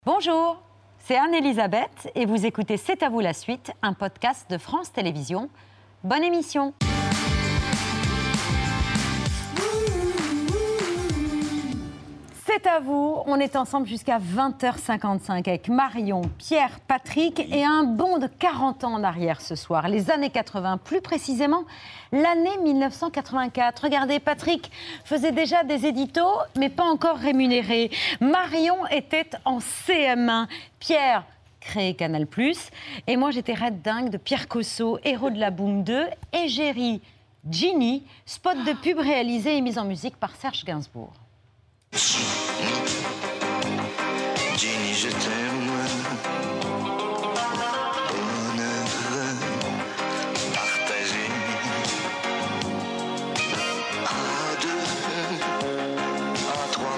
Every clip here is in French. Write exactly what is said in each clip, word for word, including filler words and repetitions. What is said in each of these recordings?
Bonjour, c'est Anne-Elisabeth et vous écoutez C'est à vous la suite, un podcast de France Télévisions. Bonne émission. C'est à vous, on est ensemble jusqu'à vingt heures cinquante-cinq avec Marion, Pierre, Patrick et un bond de quarante ans en arrière ce soir, les années quatre-vingts, plus précisément l'année mille neuf cent quatre-vingt-quatre. Regardez, Patrick faisait déjà des éditos, mais pas encore rémunérés. Marion était en C M un, Pierre créé Canal plus, et moi j'étais red dingue de Pierre Cosso, héros de la Boom deux, égérie Ginny, spot de pub réalisé et mis en musique par Serge Gainsbourg. Ginny, je t'aime. Bonheur partagé. À deux, à trois.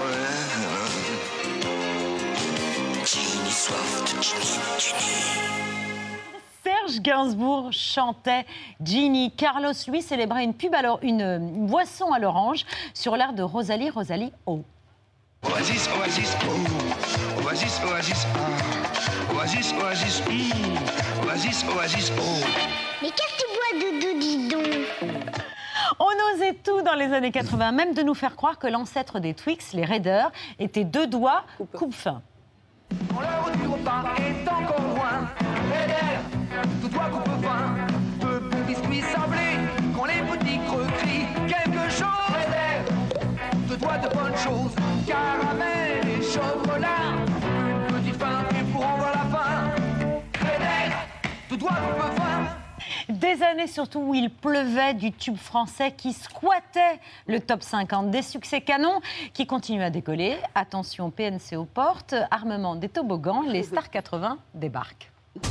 Ginny, soft, Ginny, Ginny. Serge Gainsbourg chantait Ginny. Carlos, lui, célébrait une pub, alors une, une boisson à l'orange sur l'air de Rosalie, Rosalie, oh. Oasis, Oasis, oh. Oasis, Oasis, oh. Oasis, Oasis, mm. Oasis, Oasis, oh. Mais qu'est-ce que tu bois, Doudou, dis donc? On osait tout dans les années quatre-vingts, même de nous faire croire que l'ancêtre des Twix, les Raiders, était deux doigts coupe-fin. Quand l'heure du repas est encore loin, Raider, tout doigt coupe-fin, de bons biscuits sablés, quand les boutiques recrient quelque chose, Raider, deux doigts de bonnes choses, caramel et chocolat, une petite fin et pour en voir la fin, Raider, deux doigts coupe-fin. Des années surtout où il pleuvait du tube français qui squattait le top cinquante, des succès canons qui continuent à décoller. Attention, P N C aux portes, armement des toboggans, les stars quatre-vingts débarquent.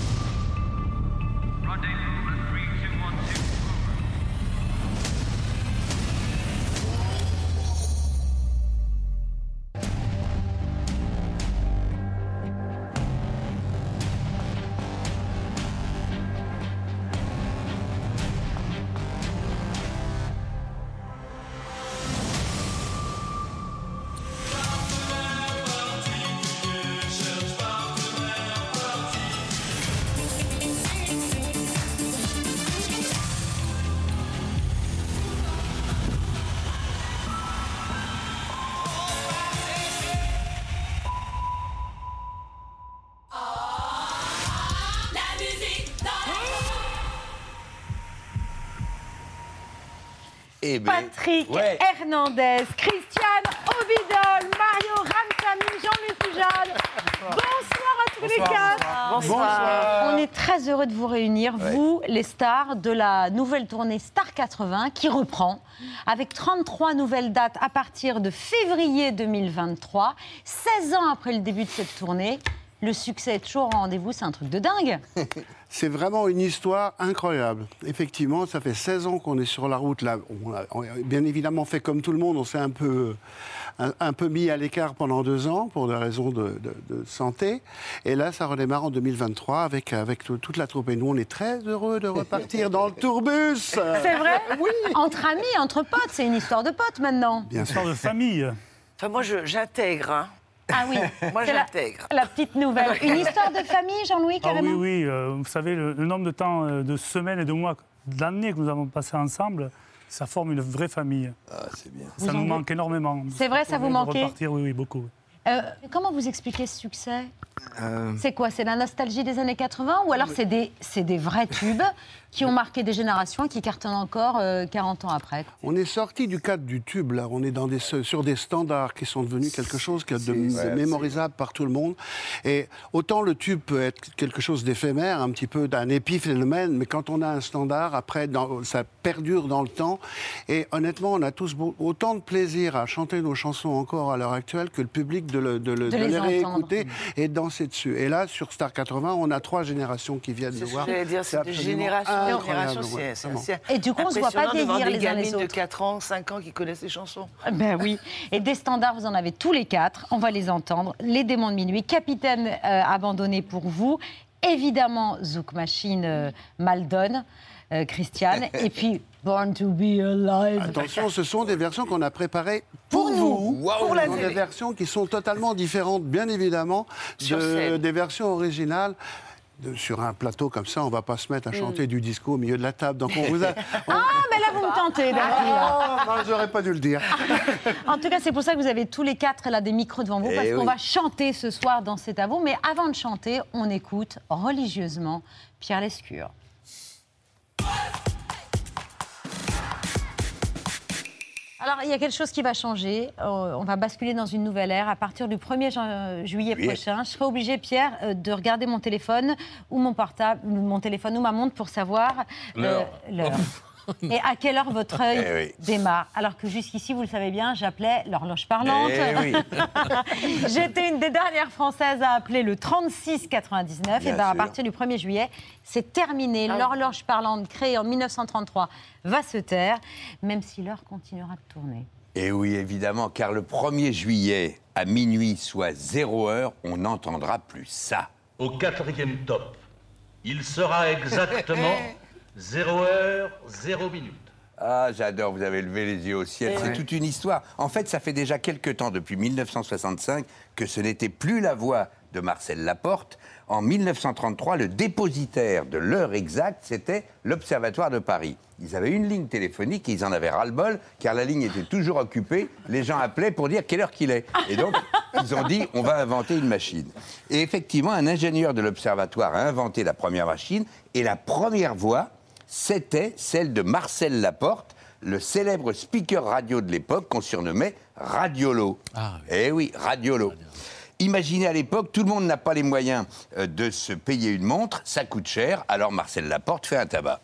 Eh ben, Patrick ouais. Hernandez, Christiane Obidol, Mario Ramsamy, Jean-Luc Pujade. Bonsoir à tous Bonsoir, les quatre. bonsoir. Bonsoir. On est très heureux de vous réunir, Ouais. vous, les stars de la nouvelle tournée Star quatre-vingts qui reprend avec trente-trois nouvelles dates à partir de février deux mille vingt-trois. seize ans après le début de cette tournée, le succès est toujours au rendez-vous, c'est un truc de dingue. C'est vraiment une histoire incroyable. Effectivement, ça fait seize ans qu'on est sur la route. Là, on a, on a bien évidemment fait comme tout le monde. On s'est un peu, un, un peu mis à l'écart pendant deux ans pour des raisons de, de, de santé. Et là, ça redémarre en deux mille vingt-trois avec, avec tout, toute la troupe. Et nous, on est très heureux de repartir dans le tourbus. C'est vrai? Oui. Entre amis, entre potes, c'est une histoire de potes maintenant. Bien sûr. Histoire de famille. Enfin, moi, je- j'intègre. Hein. Ah oui, Moi, c'est la, j'intègre. la petite nouvelle. Une histoire de famille, Jean-Louis, Ah carrément? oui, oui. euh, vous savez, le, le nombre de temps, euh, de semaines et de mois, d'années que nous avons passé ensemble, ça forme une vraie famille. Ah, c'est bien. Ça en nous êtes- manque énormément. C'est vrai, ça vous De manquait? repartir, oui, oui, beaucoup. Euh, comment vous expliquez ce succès? Euh, C'est quoi? C'est la nostalgie des années quatre-vingts ou alors c'est des, c'est des vrais tubes qui ont marqué des générations et qui cartonnent encore euh, quarante ans après? On est sorti du cadre du tube, là. On est dans des, sur des standards qui sont devenus quelque chose de, de ouais, mémorisable par tout le monde. Et autant le tube peut être quelque chose d'éphémère, un petit peu d'un épiphénomène, mais quand on a un standard, après, dans, ça perdure dans le temps. Et honnêtement, on a tous beau, autant de plaisir à chanter nos chansons encore à l'heure actuelle que le public de, le, de, le, De de les les entendre. réécouter et de danser dessus. Et là, sur Star quatre-vingts, on a trois générations qui viennent C'est nous ce voir. que j'allais dire, c'est de absolument génération en incroyable, génération. ouais, C'est c'est vraiment. assez Et du coup, on se voit pas impressionnant devant vieillir des les uns les gamines de autres. quatre ans, cinq ans qui connaissent les chansons. Ben oui. Et des standards, vous en avez tous les quatre. On va les entendre. Les démons de minuit, Capitaine euh, abandonné pour vous. Évidemment, Zouk Machine, euh, Maldon, euh, Christiane. Et puis, Born to be alive. Attention, ce sont des versions qu'on a préparées pour, Pour vous. nous, pour la Ce sont télé. des versions qui sont totalement différentes, bien évidemment, Sur de- scène. des versions originales. De- sur un plateau comme ça, on ne va pas se mettre à chanter du disco au milieu de la table. Donc on vous a... on- Ah, mais là, vous me tentez, David. Oh, non, j'aurais pas dû le dire. En tout cas, c'est pour ça que vous avez tous les quatre là, des micros devant vous, Eh parce qu'on oui. va chanter ce soir dans C'est à vous. Mais avant de chanter, on écoute religieusement Pierre Lescure. Alors, il y a quelque chose qui va changer. Euh, on va basculer dans une nouvelle ère. À partir du premier jan- juillet Juillet. prochain, je serai obligée, Pierre, euh, de regarder mon téléphone ou mon portable, ou mon téléphone ou ma montre pour savoir euh, L'heure. l'heure. Et à quelle heure votre œil Eh oui. démarre. Alors que jusqu'ici, vous le savez bien, j'appelais l'horloge parlante. Eh oui. J'étais une des dernières Françaises à appeler le trente-six quatre-vingt-dix-neuf. Bien Et ben, à sûr. partir du premier juillet, c'est terminé. L'horloge parlante créée en mille neuf cent trente-trois va se taire, même si l'heure continuera de tourner. Et oui, évidemment, car le premier juillet, à minuit, soit zéro heure, on n'entendra plus ça. Au quatrième top, il sera exactement zéro heure, zéro minute. Ah, j'adore, vous avez levé les yeux au ciel. C'est toute une histoire. En fait, ça fait déjà quelques temps, depuis mille neuf cent soixante-cinq, que ce n'était plus la voix de Marcel Laporte. En mille neuf cent trente-trois, le dépositaire de l'heure exacte, c'était l'Observatoire de Paris. Ils avaient une ligne téléphonique et ils en avaient ras-le-bol, car la ligne était toujours occupée. Les gens appelaient pour dire quelle heure qu'il est. Et donc, ils ont dit, on va inventer une machine. Et effectivement, un ingénieur de l'Observatoire a inventé la première machine, et la première voix, c'était celle de Marcel Laporte, le célèbre speaker radio de l'époque qu'on surnommait Radiolo. Ah, oui. Eh oui, Radiolo. Imaginez à l'époque, tout le monde n'a pas les moyens euh, de se payer une montre, ça coûte cher, alors Marcel Laporte fait un tabac.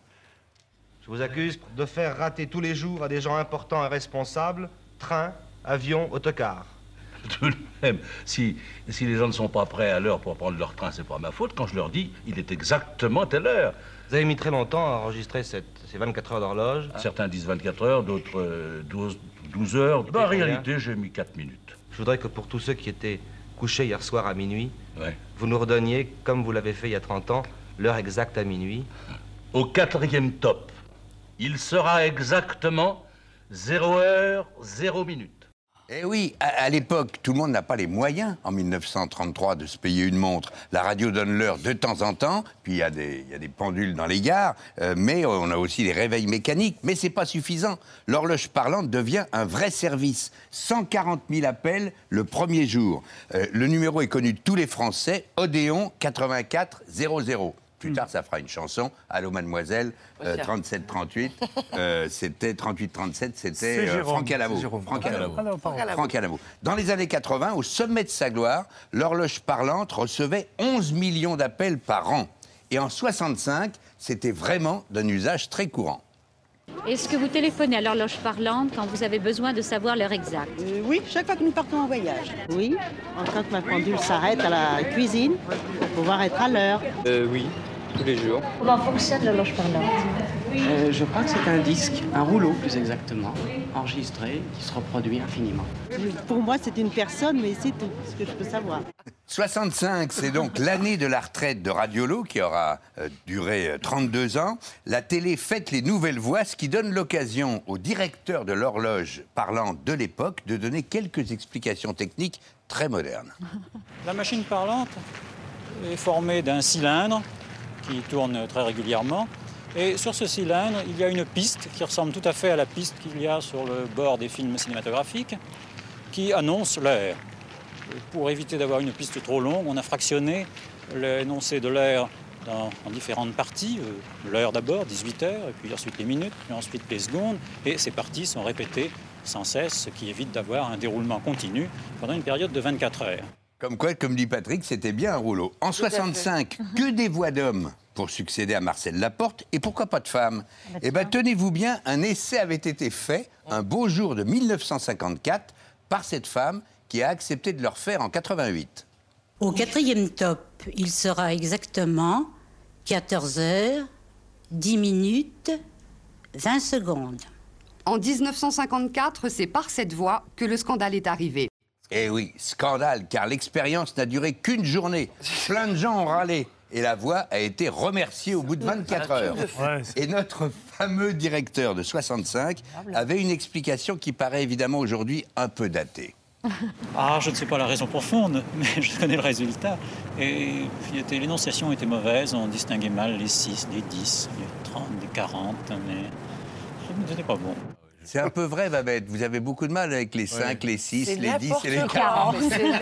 Je vous accuse de faire rater tous les jours à des gens importants et responsables, trains, avions, autocars. Tout de même, si, si les gens ne sont pas prêts à l'heure pour prendre leur train, c'est pas ma faute. Quand je leur dis, il est exactement telle heure. Vous avez mis très longtemps à enregistrer cette, ces vingt-quatre heures d'horloge. Certains disent vingt-quatre heures, d'autres euh, douze, douze heures. Dans la combien réalité, j'ai mis quatre minutes. Je voudrais que pour tous ceux qui étaient couchés hier soir à minuit, Ouais. vous nous redonniez, comme vous l'avez fait il y a trente ans, l'heure exacte à minuit. Au quatrième top, il sera exactement zéro heure, zéro minute. Eh oui, à, à l'époque, tout le monde n'a pas les moyens, en mille neuf cent trente-trois, de se payer une montre. La radio donne l'heure de temps en temps, puis il y, a des- il y a des pendules dans les gares, euh, mais on a aussi les réveils mécaniques. Mais c'est pas suffisant. L'horloge parlante devient un vrai service. cent quarante mille appels le premier jour. Euh, le numéro est connu de tous les Français, Odéon quatre-vingt-quatre zéro zéro. Plus tard, ça fera une chanson. Allô, mademoiselle, euh, trente-sept trente-huit. Euh, c'était trente-huit trente-sept, c'était C'est euh, Jérôme, Franck Alamo. c'est Jérôme. Franck Franck Alamo. Alors, pardon. Franck Alamo. Dans les années quatre-vingts, au sommet de sa gloire, l'horloge parlante recevait onze millions d'appels par an. Et en soixante-cinq, c'était vraiment d'un usage très courant. Est-ce que vous téléphonez à l'horloge parlante quand vous avez besoin de savoir l'heure exacte? Euh, oui, chaque fois que nous partons en voyage. Oui, quand ma pendule s'arrête à la cuisine pour pouvoir être à l'heure. Euh, oui, tous les jours. Comment fonctionne l'horloge parlante? Euh, je crois que c'est un disque, un rouleau plus exactement, enregistré, qui se reproduit infiniment. Pour moi, c'est une personne, mais c'est tout ce que je peux savoir. soixante-cinq, c'est donc l'année de la retraite de Radiolo, qui aura euh, duré euh, trente-deux ans. La télé fête les nouvelles voix, ce qui donne l'occasion au directeur de l'horloge parlante de l'époque de donner quelques explications techniques très modernes. La machine parlante est formée d'un cylindre qui tourne très régulièrement. Et sur ce cylindre, il y a une piste qui ressemble tout à fait à la piste qu'il y a sur le bord des films cinématographiques, qui annonce l'heure. Pour éviter d'avoir une piste trop longue, on a fractionné l'énoncé de l'heure dans, en différentes parties. Euh, l'heure d'abord, dix-huit heures, et puis ensuite les minutes, puis ensuite les secondes. Et ces parties sont répétées sans cesse, ce qui évite d'avoir un déroulement continu pendant une période de vingt-quatre heures. Comme quoi, comme dit Patrick, c'était bien un rouleau. En soixante-cinq, que des voix d'hommes pour succéder à Marcel Laporte, et pourquoi pas de femmes? Eh bien, tenez-vous bien, un essai avait été fait, un beau jour de mille neuf cent cinquante-quatre, par cette femme qui a accepté de le refaire en quatre-vingt-huit. Au quatrième top, il sera exactement quatorze heures, dix minutes, vingt secondes. En dix-neuf cent cinquante-quatre, c'est par cette voie que le scandale est arrivé. Eh oui, scandale, car l'expérience n'a duré qu'une journée. Plein de gens ont râlé. Et la voix a été remerciée au bout de vingt-quatre heures. Ouais, et notre fameux directeur de soixante-cinq avait une explication qui paraît évidemment aujourd'hui un peu datée. Ah, je ne sais pas la raison profonde, mais je connais le résultat. Et l'énonciation était mauvaise, on distinguait mal les six, les dix, les trente, les quarante, mais ce n'était pas bon. C'est un peu vrai, Babette. Vous avez beaucoup de mal avec les cinq, ouais. les six, c'est les dix et les quarante.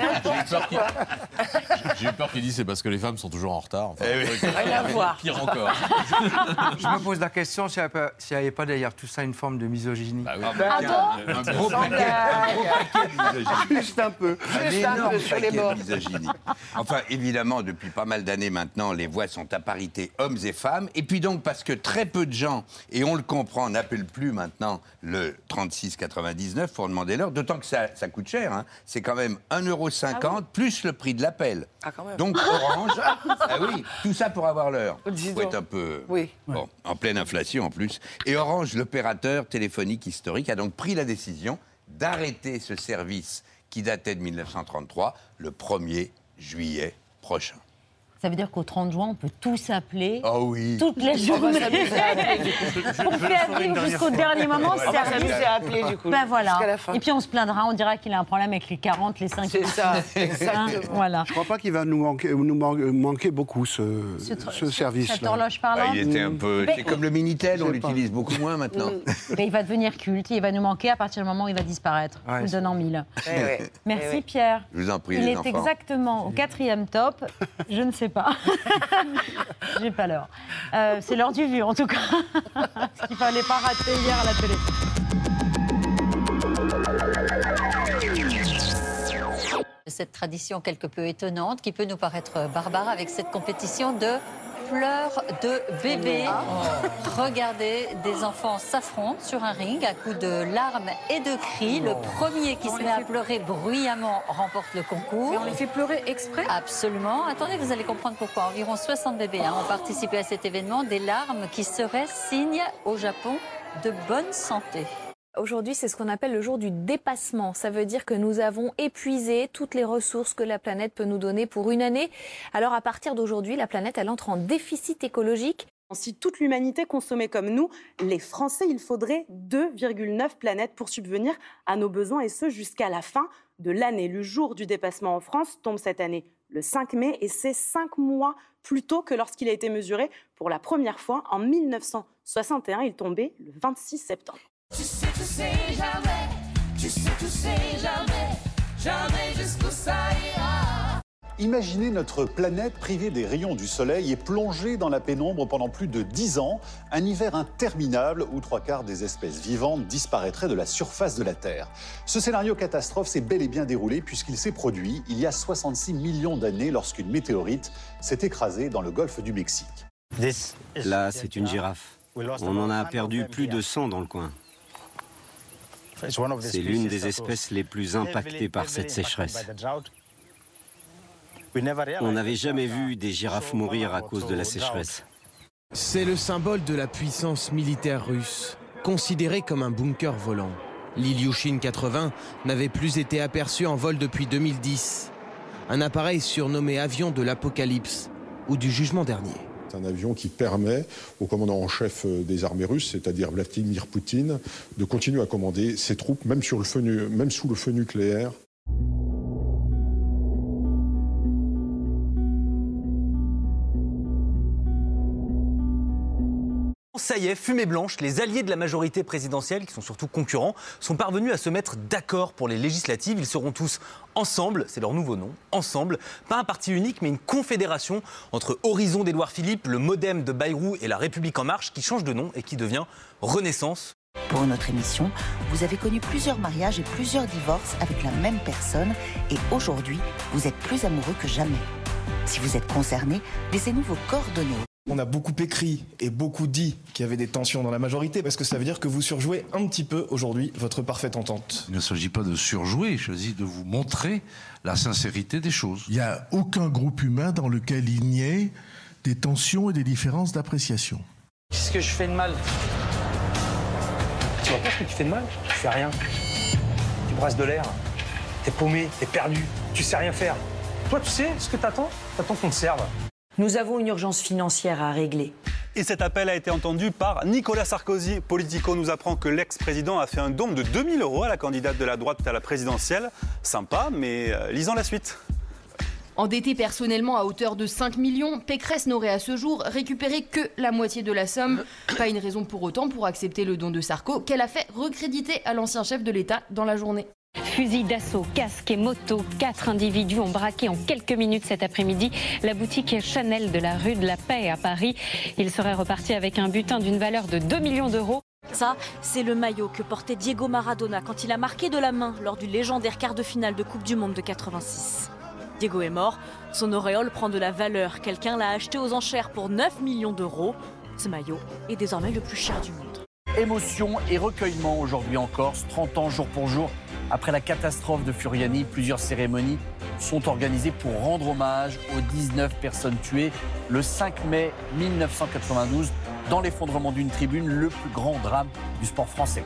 J'ai eu peur qu'il dise c'est parce que les femmes sont toujours en retard. Enfin, eh oui. Rien à voir. Pire encore. Je me pose la question s'il n'y avait pas derrière tout ça une forme de misogynie. Bah oui. Ah bon un, gros paquet, un gros paquet de misogynie. Juste un peu. Un Juste un énorme peu sur les paquet bords. de misogynie. Enfin, évidemment, depuis pas mal d'années maintenant, les voix sont à parité hommes et femmes. Et puis donc, parce que très peu de gens, et on le comprend, n'appellent plus maintenant le trente-six quatre-vingt-dix-neuf pour demander l'heure, d'autant que ça, ça coûte cher. Hein. C'est quand même un euro cinquante ah oui. plus le prix de l'appel. Ah, quand même. Donc Orange, ah oui, tout ça pour avoir l'heure. Il faut être un peu oui. bon, en pleine inflation en plus. Et Orange, l'opérateur téléphonique historique, a donc pris la décision d'arrêter ce service qui datait de mille neuf cent trente-trois le premier juillet prochain. Ça veut dire qu'au trente juin, on peut tous s'appeler oh oui. toutes les journées. On fait appeler jusqu'au dernier moment. On va s'amuser à appeler, du coup. Ben voilà. Et puis on se plaindra, on dira qu'il a un problème avec les quarante, les cinq. C'est ça, exactement. Hein, voilà. Je ne crois pas qu'il va nous manquer, nous manquer beaucoup, ce, ce, ce service-là. Cette horloge parlante. Bah, il était un peu... C'est comme le Minitel, on l'utilise beaucoup moins maintenant. Mais il va devenir culte, il va nous manquer à partir du moment où il va disparaître. Ouais, vous donnant mille. Eh ouais. Merci eh ouais. Pierre. Je vous en prie, il les est enfants. exactement au quatrième top. Je ne sais pas. J'ai pas l'heure. Euh, c'est l'heure du vu, en tout cas. Ce qu'il fallait pas rater hier à la télé. Cette tradition quelque peu étonnante qui peut nous paraître barbare avec cette compétition de pleurs de bébés. Oh. Regardez, des enfants s'affrontent sur un ring à coups de larmes et de cris. Le premier qui on se met à pleurer bruyamment remporte le concours. Mais on les fait pleurer exprès ? Absolument. Attendez, vous allez comprendre pourquoi. Environ soixante bébés hein, ont participé à cet événement. Des larmes qui seraient signe au Japon de bonne santé. Aujourd'hui, c'est ce qu'on appelle le jour du dépassement. Ça veut dire que nous avons épuisé toutes les ressources que la planète peut nous donner pour une année. Alors, à partir d'aujourd'hui, la planète, elle entre en déficit écologique. Si toute l'humanité consommait comme nous, les Français, il faudrait deux virgule neuf planètes pour subvenir à nos besoins, et ce, jusqu'à la fin de l'année. Le jour du dépassement en France tombe cette année le cinq mai, et c'est cinq mois plus tôt que lorsqu'il a été mesuré pour la première fois en mille neuf cent soixante et un. Il tombait le vingt-six septembre. Tu sais, tu sais jamais, tu sais, tu sais jamais, jamais jusqu'où ça ira. Imaginez notre planète privée des rayons du soleil et plongée dans la pénombre pendant plus de dix ans, un hiver interminable où trois quarts des espèces vivantes disparaîtraient de la surface de la Terre. Ce scénario catastrophe s'est bel et bien déroulé puisqu'il s'est produit il y a soixante-six millions d'années lorsqu'une météorite s'est écrasée dans le golfe du Mexique. Là, c'est une girafe. On en a perdu plus de cent dans le coin. C'est l'une des espèces les plus impactées par cette sécheresse. On n'avait jamais vu des girafes mourir à cause de la sécheresse. C'est le symbole de la puissance militaire russe, considéré comme un bunker volant. L'Ilyushin quatre-vingts n'avait plus été aperçu en vol depuis deux mille dix. Un appareil surnommé avion de l'apocalypse ou du jugement dernier. C'est un avion qui permet au commandant en chef des armées russes, c'est-à-dire Vladimir Poutine, de continuer à commander ses troupes, même, sur le feu, même sous le feu nucléaire. Ça y est, fumée blanche, les alliés de la majorité présidentielle, qui sont surtout concurrents, sont parvenus à se mettre d'accord pour les législatives. Ils seront tous ensemble, c'est leur nouveau nom, ensemble. Pas un parti unique, mais une confédération entre Horizon d'Édouard Philippe, le Modem de Bayrou et la République En Marche, qui change de nom et qui devient Renaissance. Pour notre émission, vous avez connu plusieurs mariages et plusieurs divorces avec la même personne. Et aujourd'hui, vous êtes plus amoureux que jamais. Si vous êtes concerné, laissez-nous vos coordonnées. On a beaucoup écrit et beaucoup dit qu'il y avait des tensions dans la majorité, parce que ça veut dire que vous surjouez un petit peu aujourd'hui votre parfaite entente. Il ne s'agit pas de surjouer, il s'agit de vous montrer la sincérité des choses. Il n'y a aucun groupe humain dans lequel il n'y ait des tensions et des différences d'appréciation. Qu'est-ce que je fais de mal? Tu vois pas ce que tu fais de mal? Tu fais rien. Tu brasses de l'air. T'es paumé, t'es perdu, tu sais rien faire. Toi, tu sais ce que t'attends? T'attends qu'on te serve. Nous avons une urgence financière à régler. Et cet appel a été entendu par Nicolas Sarkozy. Politico nous apprend que l'ex-président a fait un don de deux mille euros à la candidate de la droite à la présidentielle. Sympa, mais euh, lisons la suite. Endettée personnellement à hauteur de cinq millions, Pécresse n'aurait à ce jour récupéré que la moitié de la somme. Pas une raison pour autant pour accepter le don de Sarko, qu'elle a fait recréditer à l'ancien chef de l'État dans la journée. Fusil d'assaut, casque et moto, quatre individus ont braqué en quelques minutes cet après-midi la boutique Chanel de la rue de la Paix à Paris. Ils seraient repartis avec un butin d'une valeur de deux millions d'euros. Ça, c'est le maillot que portait Diego Maradona quand il a marqué de la main lors du légendaire quart de finale de Coupe du Monde de quatre-vingt-six. Diego est mort, son auréole prend de la valeur. Quelqu'un l'a acheté aux enchères pour neuf millions d'euros. Ce maillot est désormais le plus cher du monde. Émotion et recueillement aujourd'hui en Corse, trente ans jour pour jour. Après la catastrophe de Furiani, plusieurs cérémonies sont organisées pour rendre hommage aux dix-neuf personnes tuées le cinq mai mille neuf cent quatre-vingt-douze dans l'effondrement d'une tribune, le plus grand drame du sport français.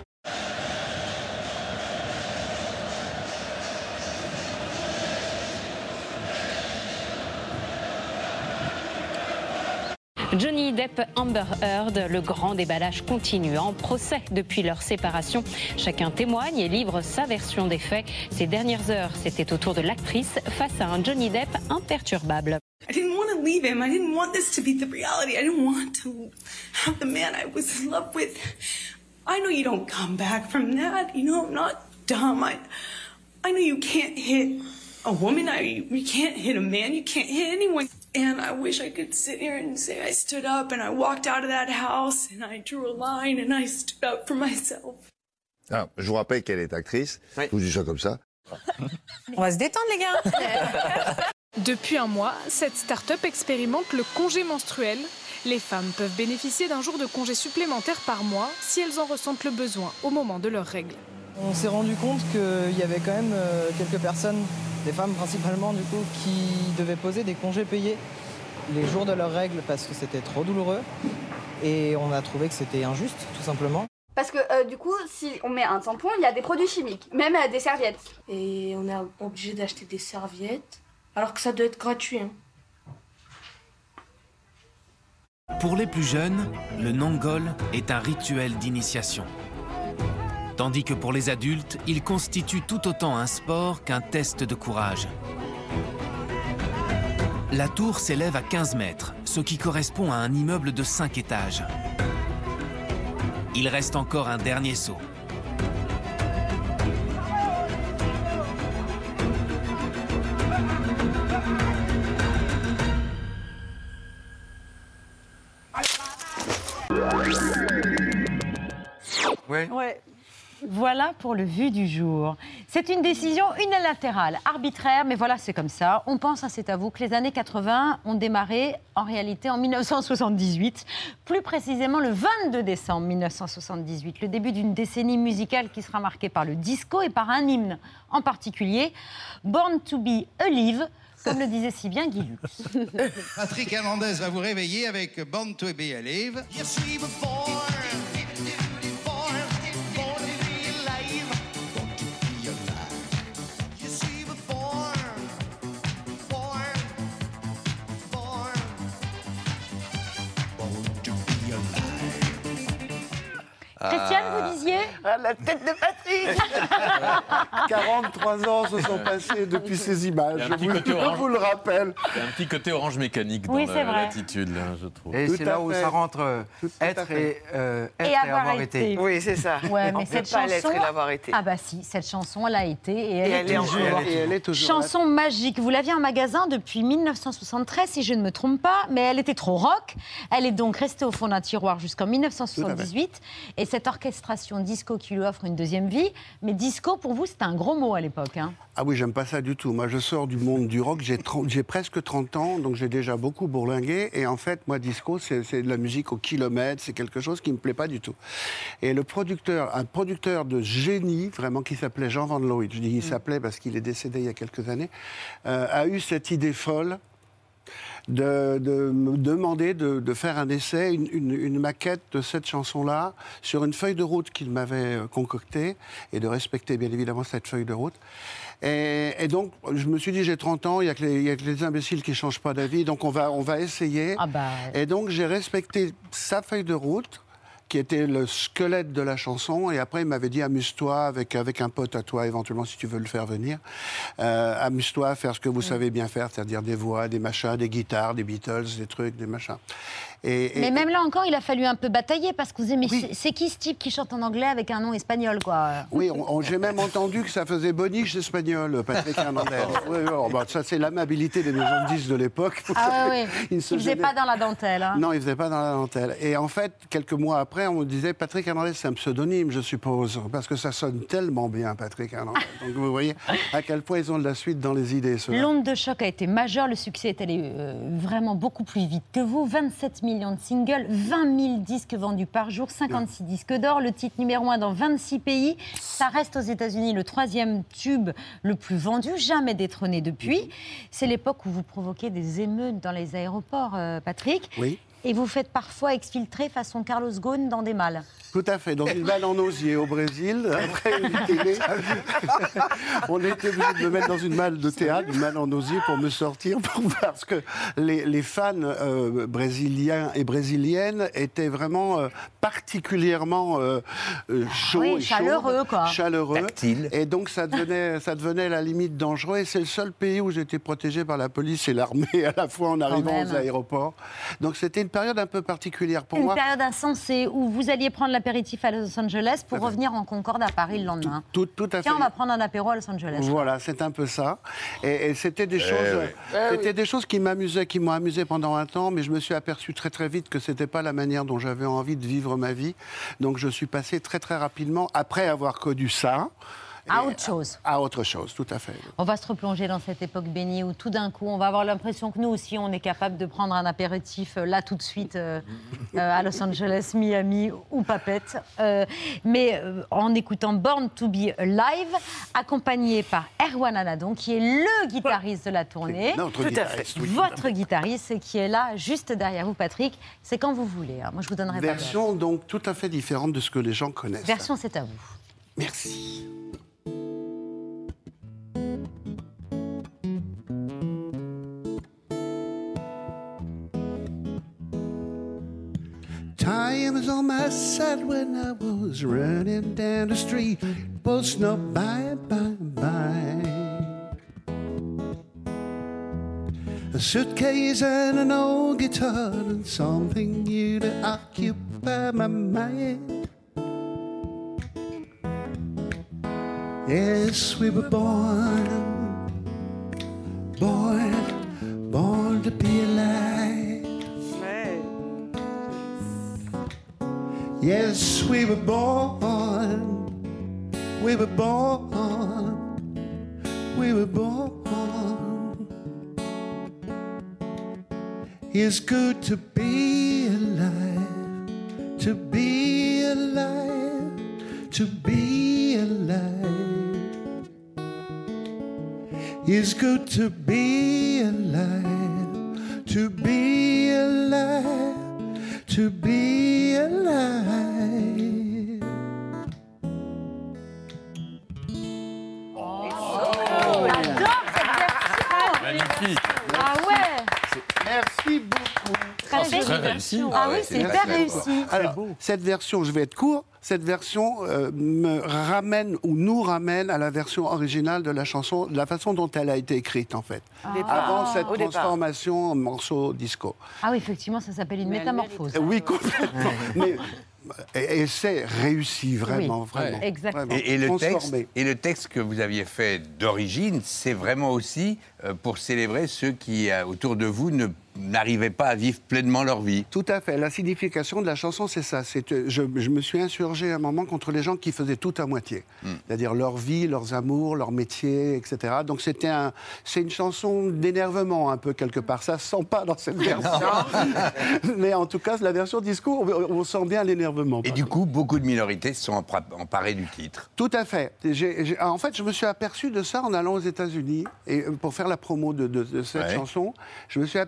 Johnny Depp, Amber Heard, le grand déballage continue en procès depuis leur séparation. Chacun témoigne et livre sa version des faits. Ces dernières heures, c'était au tour de l'actrice face à un Johnny Depp imperturbable. I didn't want to leave him. I didn't want this to be the reality. I didn't want to have the man I was in love with. I know you don't come back from that. You know, I'm not dumb. I, I know you can't hit a woman. I, you can't hit a man. You can't hit anyone. And I wish I could sit here and say I stood up and I walked out of that house and I drew a line and I stood up for myself. Ah, je vous rappelle qu'elle est actrice. Oui. Je vous dis ça comme ça. On va se détendre, les gars. Depuis un mois, cette start-up expérimente le congé menstruel. Les femmes peuvent bénéficier d'un jour de congé supplémentaire par mois si elles en ressentent le besoin au moment de leurs règles. On s'est rendu compte qu'il y avait quand même quelques personnes, des femmes principalement du coup, qui devaient poser des congés payés les jours de leurs règles parce que c'était trop douloureux. Et on a trouvé que c'était injuste, tout simplement. Parce que euh, du coup, si on met un tampon, il y a des produits chimiques, même euh, des serviettes. Et on est obligé d'acheter des serviettes, alors que ça doit être gratuit. Hein. Pour les plus jeunes, le Nongol est un rituel d'initiation. Tandis que pour les adultes, il constitue tout autant un sport qu'un test de courage. La tour s'élève à quinze mètres, ce qui correspond à un immeuble de cinq étages. Il reste encore un dernier saut. Ouais. Ouais. Voilà pour le vu du jour. C'est une décision unilatérale, arbitraire, mais voilà, c'est comme ça. On pense, hein, c'est à vous, que les années quatre-vingt ont démarré en réalité en mille neuf cent soixante-dix-huit, plus précisément le vingt-deux décembre mille neuf cent soixante-dix-huit, le début d'une décennie musicale qui sera marquée par le disco et par un hymne en particulier, Born to be Alive, comme le disait si bien Guy Lux. Patrick Hernandez va vous réveiller avec Born to be Alive. Yes, we were born. Christiane, vous disiez ah, la tête de Patrick. quarante-trois ans se sont passés depuis ces images, je vous, je vous le rappelle. Il y a un petit côté orange mécanique dans oui, l'attitude, là, je trouve. Et c'est là où ça rentre euh, être, et, euh, être et, et avoir, avoir été. été. Oui, c'est ça. Ouais, mais cette pas chanson... et l'avoir été. Ah bah si, cette chanson, elle a été et elle, et est, elle toujours. Est, et elle est toujours. Chanson magique. Vous l'aviez en magasin depuis mille neuf cent soixante-treize, si je ne me trompe pas, mais elle était trop rock. Elle est donc restée au fond d'un tiroir jusqu'en mille neuf cent soixante-dix-huit. Et cette orchestration disco qui lui offre une deuxième vie. Mais disco, pour vous, c'était un gros mot à l'époque. Hein. Ah oui, j'aime pas ça du tout. Moi, je sors du monde du rock. J'ai, trente, j'ai presque trente ans, donc j'ai déjà beaucoup bourlingué. Et en fait, moi, disco, c'est, c'est de la musique au kilomètre. C'est quelque chose qui me plaît pas du tout. Et le producteur, un producteur de génie, vraiment, qui s'appelait Jean Van Looy, je dis il s'appelait parce qu'il est décédé il y a quelques années, euh, a eu cette idée folle de, de me demander de, de faire un essai, une, une, une maquette de cette chanson-là sur une feuille de route qu'il m'avait concoctée et de respecter bien évidemment cette feuille de route. Et, et donc, je me suis dit, j'ai trente ans, il n'y a, a que les imbéciles qui ne changent pas d'avis, donc on va, on va essayer. Ah bah... Et donc, j'ai respecté sa feuille de route, qui était le squelette de la chanson. Et après, il m'avait dit, amuse-toi avec, avec un pote à toi, éventuellement, si tu veux le faire venir. Euh, amuse-toi à faire ce que vous savez bien faire, c'est-à-dire des voix, des machins, des guitares, des Beatles, des trucs, des machins. Et, et, mais même là encore, il a fallu un peu batailler parce que vous aimez, oui. c'est qui ce type qui chante en anglais avec un nom espagnol, quoi? Oui, on, on, j'ai même entendu que ça faisait boniche espagnol, Patrick Hernandez. Oui, oui, bah, ça, c'est l'amabilité des maisons de disques de l'époque. Ah oui, oui. Il ne faisait gênait... pas dans la dentelle. Hein. Non, il ne faisait pas dans la dentelle. Et en fait, quelques mois après, on me disait, Patrick Hernandez, c'est un pseudonyme, je suppose, parce que ça sonne tellement bien, Patrick Hernandez. Donc vous voyez à quel point ils ont de la suite dans les idées. L'onde de choc a été majeure, le succès est allé euh, vraiment beaucoup plus vite que vous. vingt-sept millions de singles, vingt mille disques vendus par jour, cinquante-six yeah. disques d'or, le titre numéro un dans vingt-six pays. Ça reste aux États-Unis le troisième tube le plus vendu, jamais détrôné depuis. C'est l'époque où vous provoquez des émeutes dans les aéroports, euh, Patrick. Oui. Et vous faites parfois exfiltrer façon Carlos Ghosn dans des malles. Tout à fait. Dans une malle en osier au Brésil, après une télé, on était obligé de me mettre dans une malle de théâtre, une malle en osier pour me sortir, pour, parce que les, les fans euh, brésiliens et brésiliennes étaient vraiment euh, particulièrement euh, euh, chauds oui, et chaleureux, chaudes, quoi. chaleureux. Tactile. Et donc ça devenait, ça devenait la limite dangereux. Et c'est le seul pays où j'étais protégé par la police et l'armée à la fois en arrivant aux aéroports. Donc c'était une période un peu particulière pour une moi. Une période insensée où vous alliez prendre l'apéritif à Los Angeles pour revenir en Concorde à Paris le lendemain. Tout, tout, tout à fait. Tiens, on va prendre un apéro à Los Angeles. Voilà, c'est un peu ça. Et, et c'était des eh choses, oui. c'était eh oui. des choses qui m'amusaient, qui m'ont amusé pendant un temps, mais je me suis aperçu très très vite que c'était pas la manière dont j'avais envie de vivre ma vie. Donc je suis passé très très rapidement, après avoir connu ça, à autre chose. À autre chose, tout à fait. On va se replonger dans cette époque bénie où tout d'un coup, on va avoir l'impression que nous aussi, on est capable de prendre un apéritif euh, là tout de suite euh, euh, à Los Angeles, Miami ou Papette. Euh, mais euh, en écoutant Born to be Alive, accompagné par Erwan Anadon, qui est le guitariste de la tournée. Notre guitariste, oui. Votre guitariste qui est là, juste derrière vous, Patrick. C'est quand vous voulez. Hein. Moi, je vous donnerai Version pas donc tout à fait différente de ce que les gens connaissent. Version, c'est à vous. Merci. Time was on my side when I was running down the street, posting up bye, bye, bye. A suitcase and an old guitar and something new to occupy my mind. Yes, we were born, born, born to be alive. Yes, we were born, we were born, we were born. It's good to be alive, to be alive, to be alive. It's good to be alive, to be alive, to be alive. Magnifique. Ah ouais. Merci beaucoup. Très, très, très réussi. Ah oui, c'est hyper réussi. Alors, cette version, je vais être court, cette version euh, me ramène ou nous ramène à la version originale de la chanson, de la façon dont elle a été écrite en fait. Ah. Avant cette Au départ. transformation en morceau disco. Ah oui, effectivement, ça s'appelle une Mais elle métamorphose. Euh, Oui, complètement. Mais, et, et c'est réussi, vraiment, Oui, vraiment. ouais, exactement. Vraiment. Et, et le texte, Transformé. et le texte que vous aviez fait d'origine, c'est vraiment aussi euh, pour célébrer ceux qui, euh, autour de vous, ne n'arrivaient pas à vivre pleinement leur vie. Tout à fait. La signification de la chanson, c'est ça. C'est, euh, je, je me suis insurgé à un moment contre les gens qui faisaient tout à moitié. Mm. C'est-à-dire leur vie, leurs amours, leur métier, et cetera. Donc c'était un, c'est une chanson d'énervement un peu quelque part. Ça se sent pas dans cette version. Mais en tout cas, la version disco, on, on sent bien l'énervement. Et du coup, beaucoup de minorités se sont empra- emparées du titre. Tout à fait. J'ai, j'ai, en fait, je me suis aperçu de ça en allant aux États-Unis et pour faire la promo de, de, de cette Ouais. chanson. Je me suis aperçu que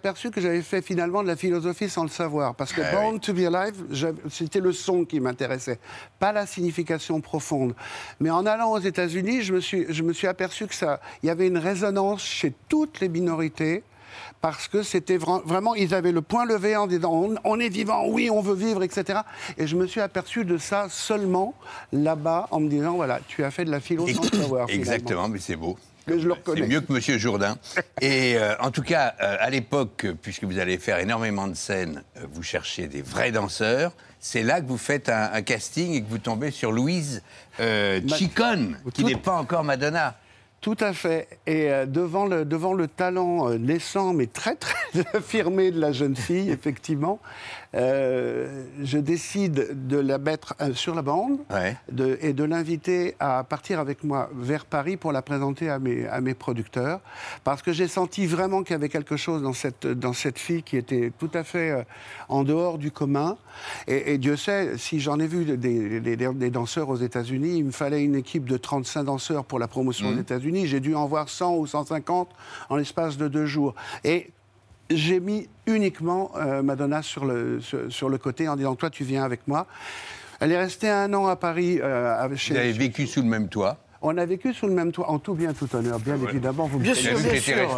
j'avais fait finalement de la philosophie sans le savoir. Parce que Ah Born oui. to be Alive, j'avais- c'était le son qui m'intéressait, pas la signification profonde. Mais en allant aux États-Unis, je me suis, je me suis aperçu que ça, il y avait une résonance chez toutes les minorités. Parce que c'était vra- vraiment, ils avaient le point levé en disant on, on est vivant, oui, on veut vivre, et cetera. Et je me suis aperçu de ça seulement là-bas en me disant voilà, tu as fait de la philo sans le savoir. Exactement, mais c'est beau. Que je le C'est reconnais. mieux que Monsieur Jourdain. Et euh, en tout cas, euh, à l'époque, puisque vous allez faire énormément de scènes, euh, vous cherchez des vrais danseurs. C'est là que vous faites un, un casting et que vous tombez sur Louise euh, Ma- Ciccone, qui Tout- n'est pas encore Madonna. Tout à fait. Et euh, devant, le, devant le talent euh, naissant, mais très, très affirmé de la jeune fille, effectivement, euh, je décide de la mettre euh, sur la bande Ouais. de, et de l'inviter à partir avec moi vers Paris pour la présenter à mes, à mes producteurs. Parce que j'ai senti vraiment qu'il y avait quelque chose dans cette, dans cette fille qui était tout à fait euh, en dehors du commun. Et, et Dieu sait, si j'en ai vu des, des, des danseurs aux États-Unis, il me fallait une équipe de trente-cinq danseurs pour la promotion Mmh. aux États-Unis. J'ai dû en voir cent ou cent cinquante en l'espace de deux jours. Et j'ai mis uniquement euh, Madonna sur le, sur, sur le côté en disant « Toi, tu viens avec moi ». Elle est restée un an à Paris. Euh, avec- chez, Vous avez vécu sous le même toit. On a vécu sous le même toit, en tout bien, tout honneur, bien évidemment. Vous me Bien sûr, connaissez. bien sûr.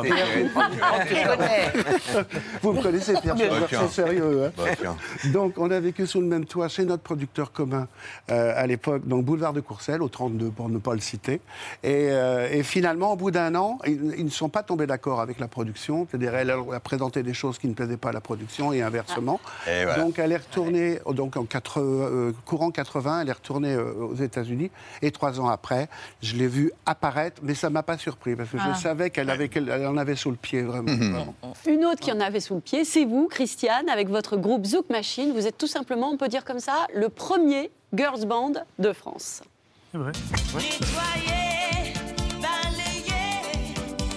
Vous me connaissez, Pierre, Bien c'est sûr. sérieux. hein. Bah, tiens. Donc, on a vécu sous le même toit chez notre producteur commun euh, à l'époque, donc boulevard de Courcelles, au trente-deux, pour ne pas le citer. Et, euh, et finalement, au bout d'un an, ils, ils ne sont pas tombés d'accord avec la production. C'est-à-dire, elle a présenté des choses qui ne plaisaient pas à la production et inversement. Et voilà. Donc, elle est retournée, donc en quatre, euh, courant quatre-vingts, elle est retournée euh, aux États-Unis. Et trois ans après, je l'ai vue apparaître, mais ça ne m'a pas surpris, parce que Ah. je savais qu'elle avait, qu'elle elle en avait sous le pied, vraiment. vraiment. Une autre qui en avait sous le pied, c'est vous, Christiane, avec votre groupe Zouk Machine. Vous êtes tout simplement, on peut dire comme ça, le premier girls band de France. C'est vrai. Nettoyer, balayer,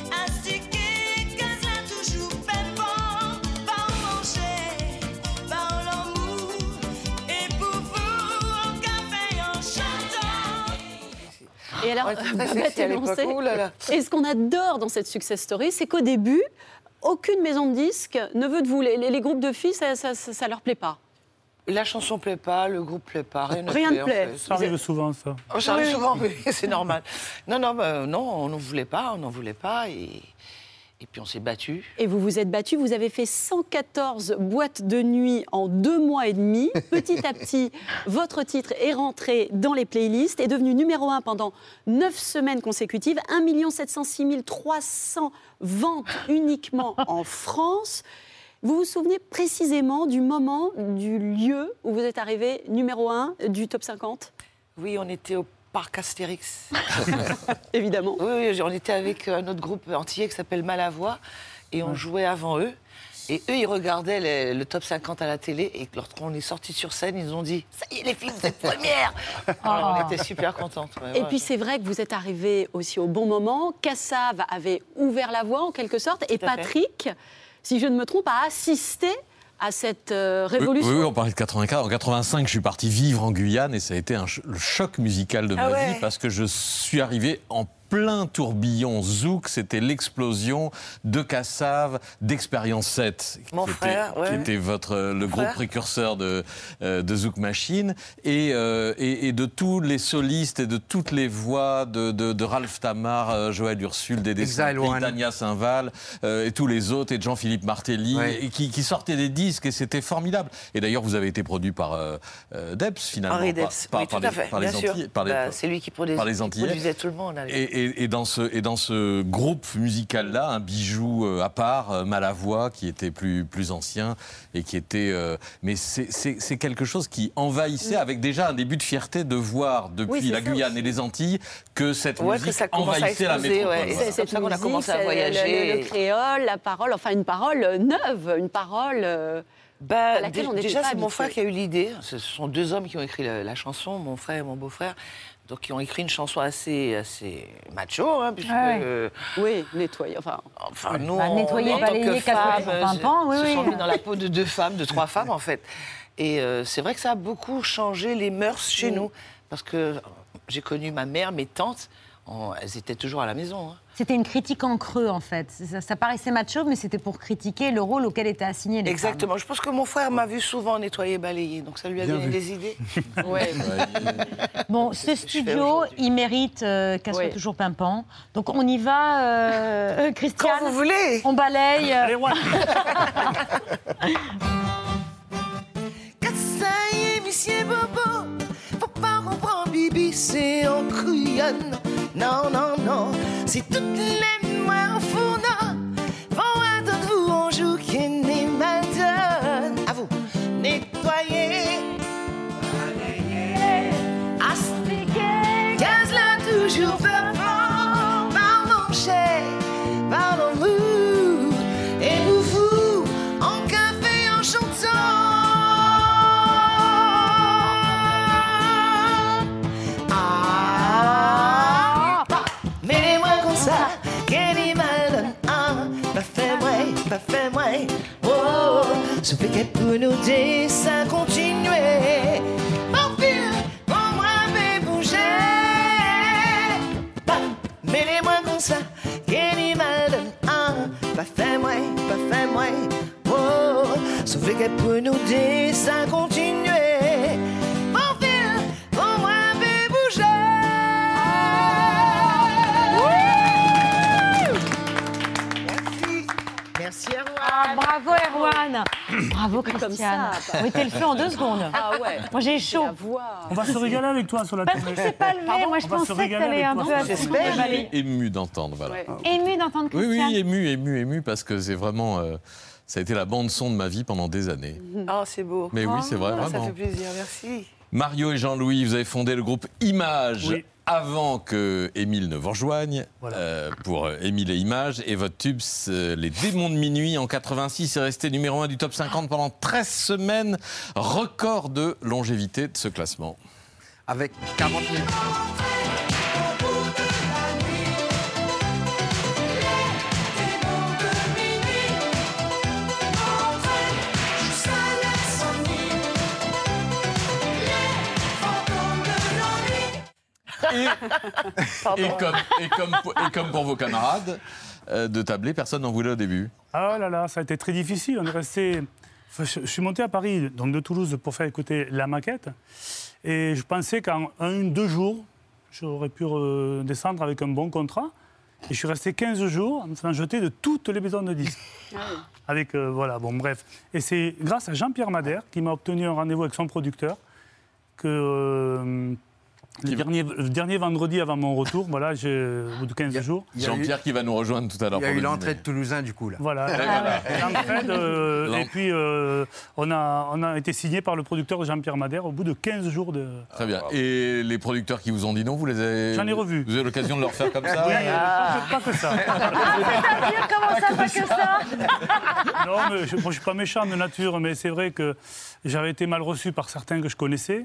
astiquer, caser toujours pépant, par manger, par l'amour, et pour vous, en café, en chantant. Et alors, Ouais, c'était très Babette sexy à et l'époque. Lancé, Ouh là là. et ce qu'on adore dans cette success story, c'est qu'au début, aucune maison de disques ne veut de vous. Les, les- les groupes de filles, ça, ça, ça, ça leur plaît pas. La chanson plaît pas, le groupe plaît pas, rien ne Rien plaît. ne en plaît. fait. Ça arrive souvent, ça. Oh, ça arrive Oui. souvent, oui, c'est normal. Non, non, bah, non, on n'en voulait pas, on n'en voulait pas, et, et puis on s'est battus. Et vous vous êtes battu, vous avez fait cent quatorze boîtes de nuit en deux mois et demi. Petit à petit, votre titre est rentré dans les playlists, est devenu numéro un pendant neuf semaines consécutives, un million sept cent six mille trois cents ventes uniquement en France. Vous vous souvenez précisément du moment, du lieu où vous êtes arrivé numéro un du top cinquante? Oui, on était au parc Astérix. Évidemment. Oui, oui, on était avec un autre groupe antillais qui s'appelle Malavoie, et on jouait avant eux. Et eux, ils regardaient les- le top cinquante à la télé, et lorsqu'on est sorti sur scène, ils nous ont dit « Ça y est, les filles, vous êtes premières !» Alors, on était super contentes. ouais, Et ouais. puis c'est vrai que vous êtes arrivé aussi au bon moment. Kassav avait ouvert la voie en quelque sorte, et Tout à fait. Patrick, si je ne me trompe, a assisté à cette euh, Oui, révolution. oui, oui, on parlait de quatre-vingt-quatre. En quatre-vingt-cinq, je suis parti vivre en Guyane et ça a été un ch- le choc musical de Ah ma ouais. vie parce que je suis arrivé en plein tourbillon zouk. C'était l'explosion de Kassav, d'Expérience sept, Mon qui, frère, était, ouais. qui était votre, euh, le groupe frère. précurseur de, euh, de Zouk Machine, et, euh, et, et de tous les solistes et de toutes les voix de, de, de Ralph Tamar, euh, Joël Ursule, Dédé Exile Saint-Prix, One. Tania Saint-Val, euh, et tous les autres, et de Jean-Philippe Martelly, Ouais. et qui, qui sortaient des disques, et c'était formidable. Et d'ailleurs, vous avez été produit par euh, euh, Debs, finalement. Henri par- Debs, par, oui, par tout à les, fait, par les bien sûr. Antillais- par les- Bah, c'est lui qui produisait, par les qui Antillais. produisait tout le monde. à l'époque. Et, et- et dans ce, et dans ce groupe musical-là, un bijou euh, à part, euh, Malavoie, qui était plus, plus ancien et qui était... euh, mais c'est- c'est c'est quelque chose qui envahissait, avec déjà un début de fierté de voir depuis Oui, c'est la ça Guyane aussi. et les Antilles que cette Ouais, que musique ça commence à envahissait la exploser, métropole. ouais. Et Voilà. c'est comme ça qu'on a commencé à c'est le- voyager. Le, le créole, la parole, enfin une parole neuve, une parole euh, Bah, à laquelle dé- on n'était déjà, pas c'est mon habitué. frère qui a eu l'idée. Ce sont deux hommes qui ont écrit la, la chanson, mon frère et mon beau-frère. Donc, ils ont écrit une chanson assez, assez macho, hein, puisque... Ouais. euh, Oui, nettoyer, enfin... Enfin, nous, Bah, on- nettoyer, nous, en tant balayer, que casser femmes, son pimpant, oui, se oui. sont mis dans la peau de deux femmes, de trois femmes, en fait. Et euh, c'est vrai que ça a beaucoup changé les mœurs chez Mm. nous. Parce que j'ai connu ma mère, mes tantes. on- elles étaient toujours à la maison. hein. C'était une critique en creux, en fait. Ça, ça paraissait macho, mais c'était pour critiquer le rôle auquel étaient assignées les Exactement. Je pense que mon frère m'a vu souvent nettoyer, balayer, donc ça lui a Bien donné vu. des idées. Ouais. femmes. Bon, ce studio, il mérite euh, qu'elle soit Oui. toujours pimpant. Donc on y va, euh, Christiane. Quand vous voulez. On balaye. Allez, ouais. Ça y est, monsieur Bobo, faut pas reprendre Bibi, c'est en couillonne. Non, non, non, c'est toutes les noirs au fourneau. Vont attendre vous, on joue qui n'est mal donne. À vous, nettoyer, astiquer, gaz là toujours peur, par mon cher, par l'amour, et vous vous, en café, en chantant. Oh, ça fait qu'elle peut nous dire ça continuer. Mon fil, pour moi, mais bouger. Bah, mêlez-moi comme ça, qu'elle y mal donne. Ah, bah, fais-moi, bah, fais-moi. Oh, ça fait qu'elle peut nous dire ça continuer. Mon fil, pour moi, mais bouger. Merci, Erwan. Ah, bravo, Erwan. Bravo, Christiane. ça, Oui, t'es le feu en deux secondes. Ah ouais. Moi, j'ai chaud. On va se régaler avec toi sur la Patrick tournée. s'est pas levé. Moi, je On va se pensais que régaler t'allais avec un toi. peu J'espère. à J'étais ému d'entendre, voilà. Ému d'entendre Oui, Christiane. oui, ému, ému, ému, parce que c'est vraiment... euh, ça a été la bande-son de ma vie pendant des années. Oh, c'est beau. Mais oui, c'est vrai, Ah, Ça vraiment. fait plaisir, merci. Mario et Jean-Louis, vous avez fondé le groupe Images Oui. avant que Émile ne vous rejoigne euh, pour euh, Émile et Images. Et votre tube, c'est Les Démons de minuit, en quatre-vingt-six, est resté numéro un du top cinquante pendant treize semaines. Record de longévité de ce classement. Avec quarante mille. Et, et comme, et, comme, pour- et comme pour vos camarades euh, de tabler, personne n'en voulait au début. Ah là là, ça a été très difficile. On est resté. Enfin, je, je suis monté à Paris, donc de Toulouse, pour faire écouter la maquette. Et je pensais qu'en un, deux jours, j'aurais pu euh, descendre avec un bon contrat. Et je suis resté quinze jours en me faisant jeter de toutes les maisons de disques. Avec, euh, voilà, bon, bref. Et c'est grâce à Jean-Pierre Madère qui m'a obtenu un rendez-vous avec son producteur que. euh, le dernier, le dernier vendredi avant mon retour, voilà, j'ai, au bout de quinze jours. Jean-Pierre qui va nous rejoindre tout à l'heure. Il y a pour eu le l'entrée dîner. de Toulousain, du coup, là. Voilà. Et voilà. L'entraide, euh, L'en- et puis, euh, on, a, on a été signé par le producteur Jean-Pierre Madère au bout de quinze jours de... Très bien. Et les producteurs qui vous ont dit non, vous les avez... J'en ai revus. Vous avez l'occasion de leur faire comme ça Oui, euh, pas que ça. C'est-à-dire, comment ça, pas que ça Non, mais je ne suis pas méchant de nature, mais c'est vrai que j'avais été mal reçu par certains que je connaissais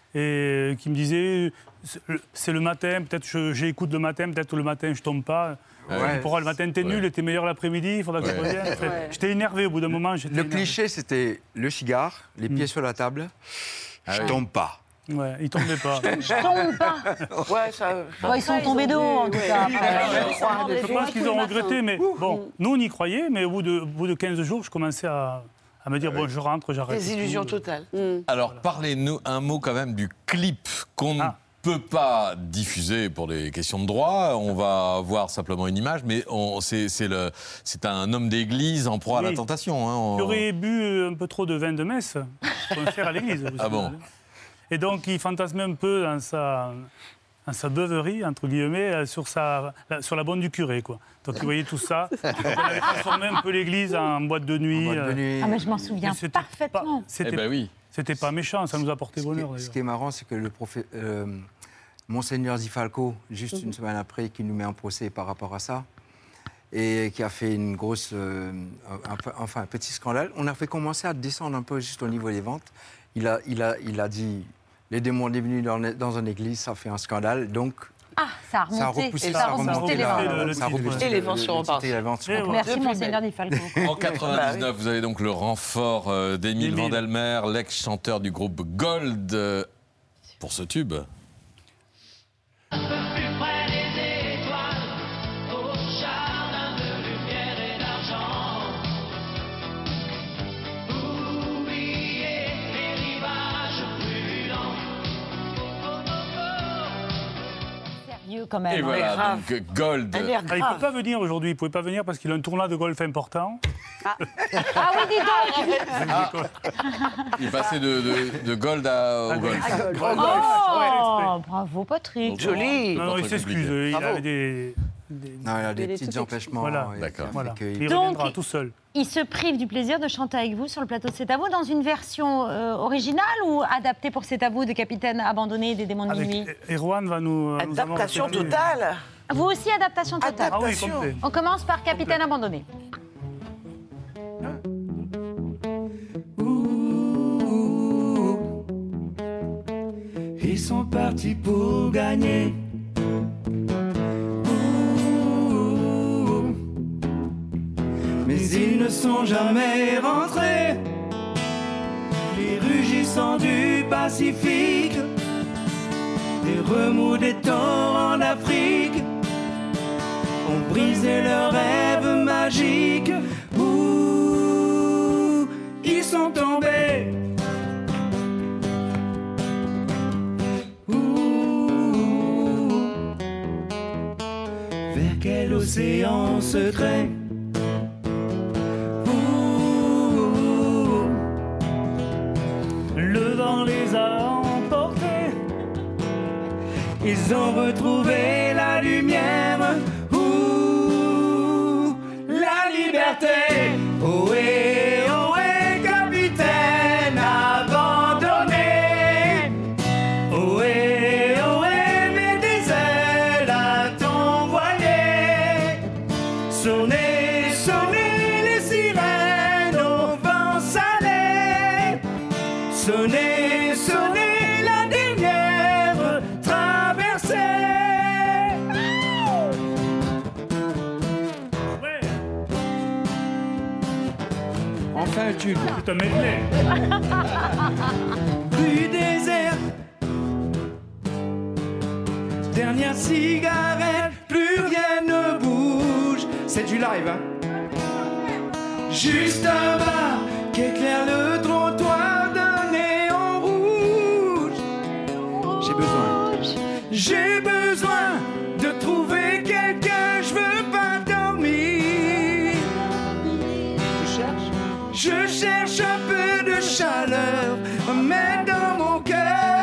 et qui me disaient c'est le- c'est le matin, peut-être je- j'écoute le matin, peut-être le matin je tombe pas. Ouais. Pourquoi le matin t'es nul et t'es meilleur l'après-midi, il faudra que je Ouais. revienne. Enfin, Ouais. J'étais énervé au bout d'un moment. j'étais Le énervé. cliché, c'était le cigare, les pieds sur la table. je oui. tombe pas. Ouais, il tombait pas. Je tombe pas. Ouais, ça. Bon, ils sont tombés de haut, en tout cas. Je pense qu'ils ont regretté, mais bon, nous on y croyait, mais au bout de, au bout de quinze jours, je commençais à, à me dire, bon, je rentre, j'arrête. Des illusions totales. Alors, parlez-nous un mot quand même du clip qu'on ne peut pas diffuser pour des questions de droit. On va voir simplement une image, mais on- c'est c'est le- c'est un homme d'église en proie à la Oui. tentation. Hein, on- Qui aurait bu un peu trop de vin de messe, concert à l'église. vous Ah bon savez. Et donc, il fantasmait un peu dans sa, dans sa beuverie, entre guillemets, euh, sur, sa, la, sur la bonne du curé, quoi. Donc, il voyait tout ça. Donc, on avait transformé un peu l'église en boîte de nuit. En boîte de nuit. Ah, mais je m'en souviens Mais c'était parfaitement. C'était Eh ben oui. c'était pas méchant, ça nous a porté Ce qui, bonheur, est, ce d'ailleurs. qui est marrant, c'est que le prophète, euh, Monseigneur Di Falco, juste Mhm. une semaine après, qui nous met en procès par rapport à ça, et qui a fait une grosse, euh, un, un- enfin un petit scandale. On a fait commencer à descendre un peu juste au niveau des ventes. Il a, il a, il a dit, les démons devenus dans, dans une église, ça fait un scandale, donc. Ah, ça a remonté. Ça a repoussé, ça ça a a remonté remonté les la- ventes. le- le- ça a repoussé Et les le- ventes le- sont le- reparties. les ventes sont Eh oui. reparties. Merci, Monseigneur Di Falco. En quatre-vingt-dix-neuf, vous avez donc le renfort euh, d'Émile Émile. Vandelmer, l'ex-chanteur du groupe Gold, euh, pour ce tube. Plus près des quand même. Et voilà, donc Gold. Ah, il ne peut pas venir aujourd'hui, il ne pouvait pas venir parce qu'il a un tournoi de golf important. Ah, ah oui, dis donc Ah. Il passait de, de, de Gold à, au golf. Oh, bravo Patrick. Joli. Non, non, il s'excuse, il avait des... Des... Non, il a des, des petits empêchements. Voilà, d'accord. Voilà. Il... il reviendra tout seul. Il se prive du plaisir de chanter avec vous sur le plateau de C'est à vous dans une version euh, originale ou adaptée pour C'est à vous de Capitaine abandonné et des démons de avec minuit. Erwan va nous... Adaptation nous totale. Vous aussi, adaptation totale. Adaptation. Ah oui, On commence par Capitaine abandonné. Ils sont partis pour gagner. Mais ils ne sont jamais rentrés. Les rugissants du Pacifique, les remous des torrents en Afrique ont brisé leurs rêves magiques. Où ils sont tombés. Où, vers quel océan secret. Le vent les a emportés. Ils ont retrouvé la lumière. Ouh, la liberté. Ohé, ohé, capitaine abandonné. Ohé, ohé, mets des ailes à ton voilier. Sonnez, sonnez les sirènes au vent salé. Sonnez, sonnez la dernière traversée. Ouais. Enfin un tube. C'est un medley. Plus désert. Dernière cigarette, plus rien ne bouge. C'est du live, hein. Juste un bar qui éclaire le trottoir d'un néon rouge. J'ai besoin. J'ai besoin de trouver quelqu'un, je veux pas dormir. Je cherche. Je cherche un peu de chaleur, mais dans mon cœur.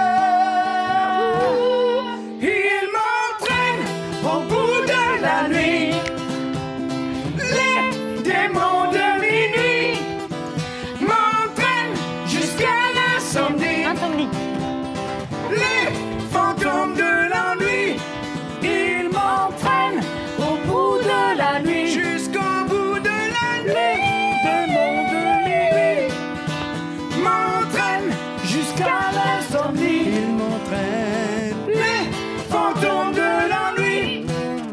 Il m'entraîne au bout de la nuit. Les démons de minuit m'entraînent jusqu'à l'insomnie. Insomnie. Les fantômes de l'ennui, ils m'entraînent au bout de la nuit. Jusqu'au bout de la nuit. Les démons de minuit m'entraînent jusqu'à l'insomnie. Ils m'entraînent. Les fantômes de l'ennui.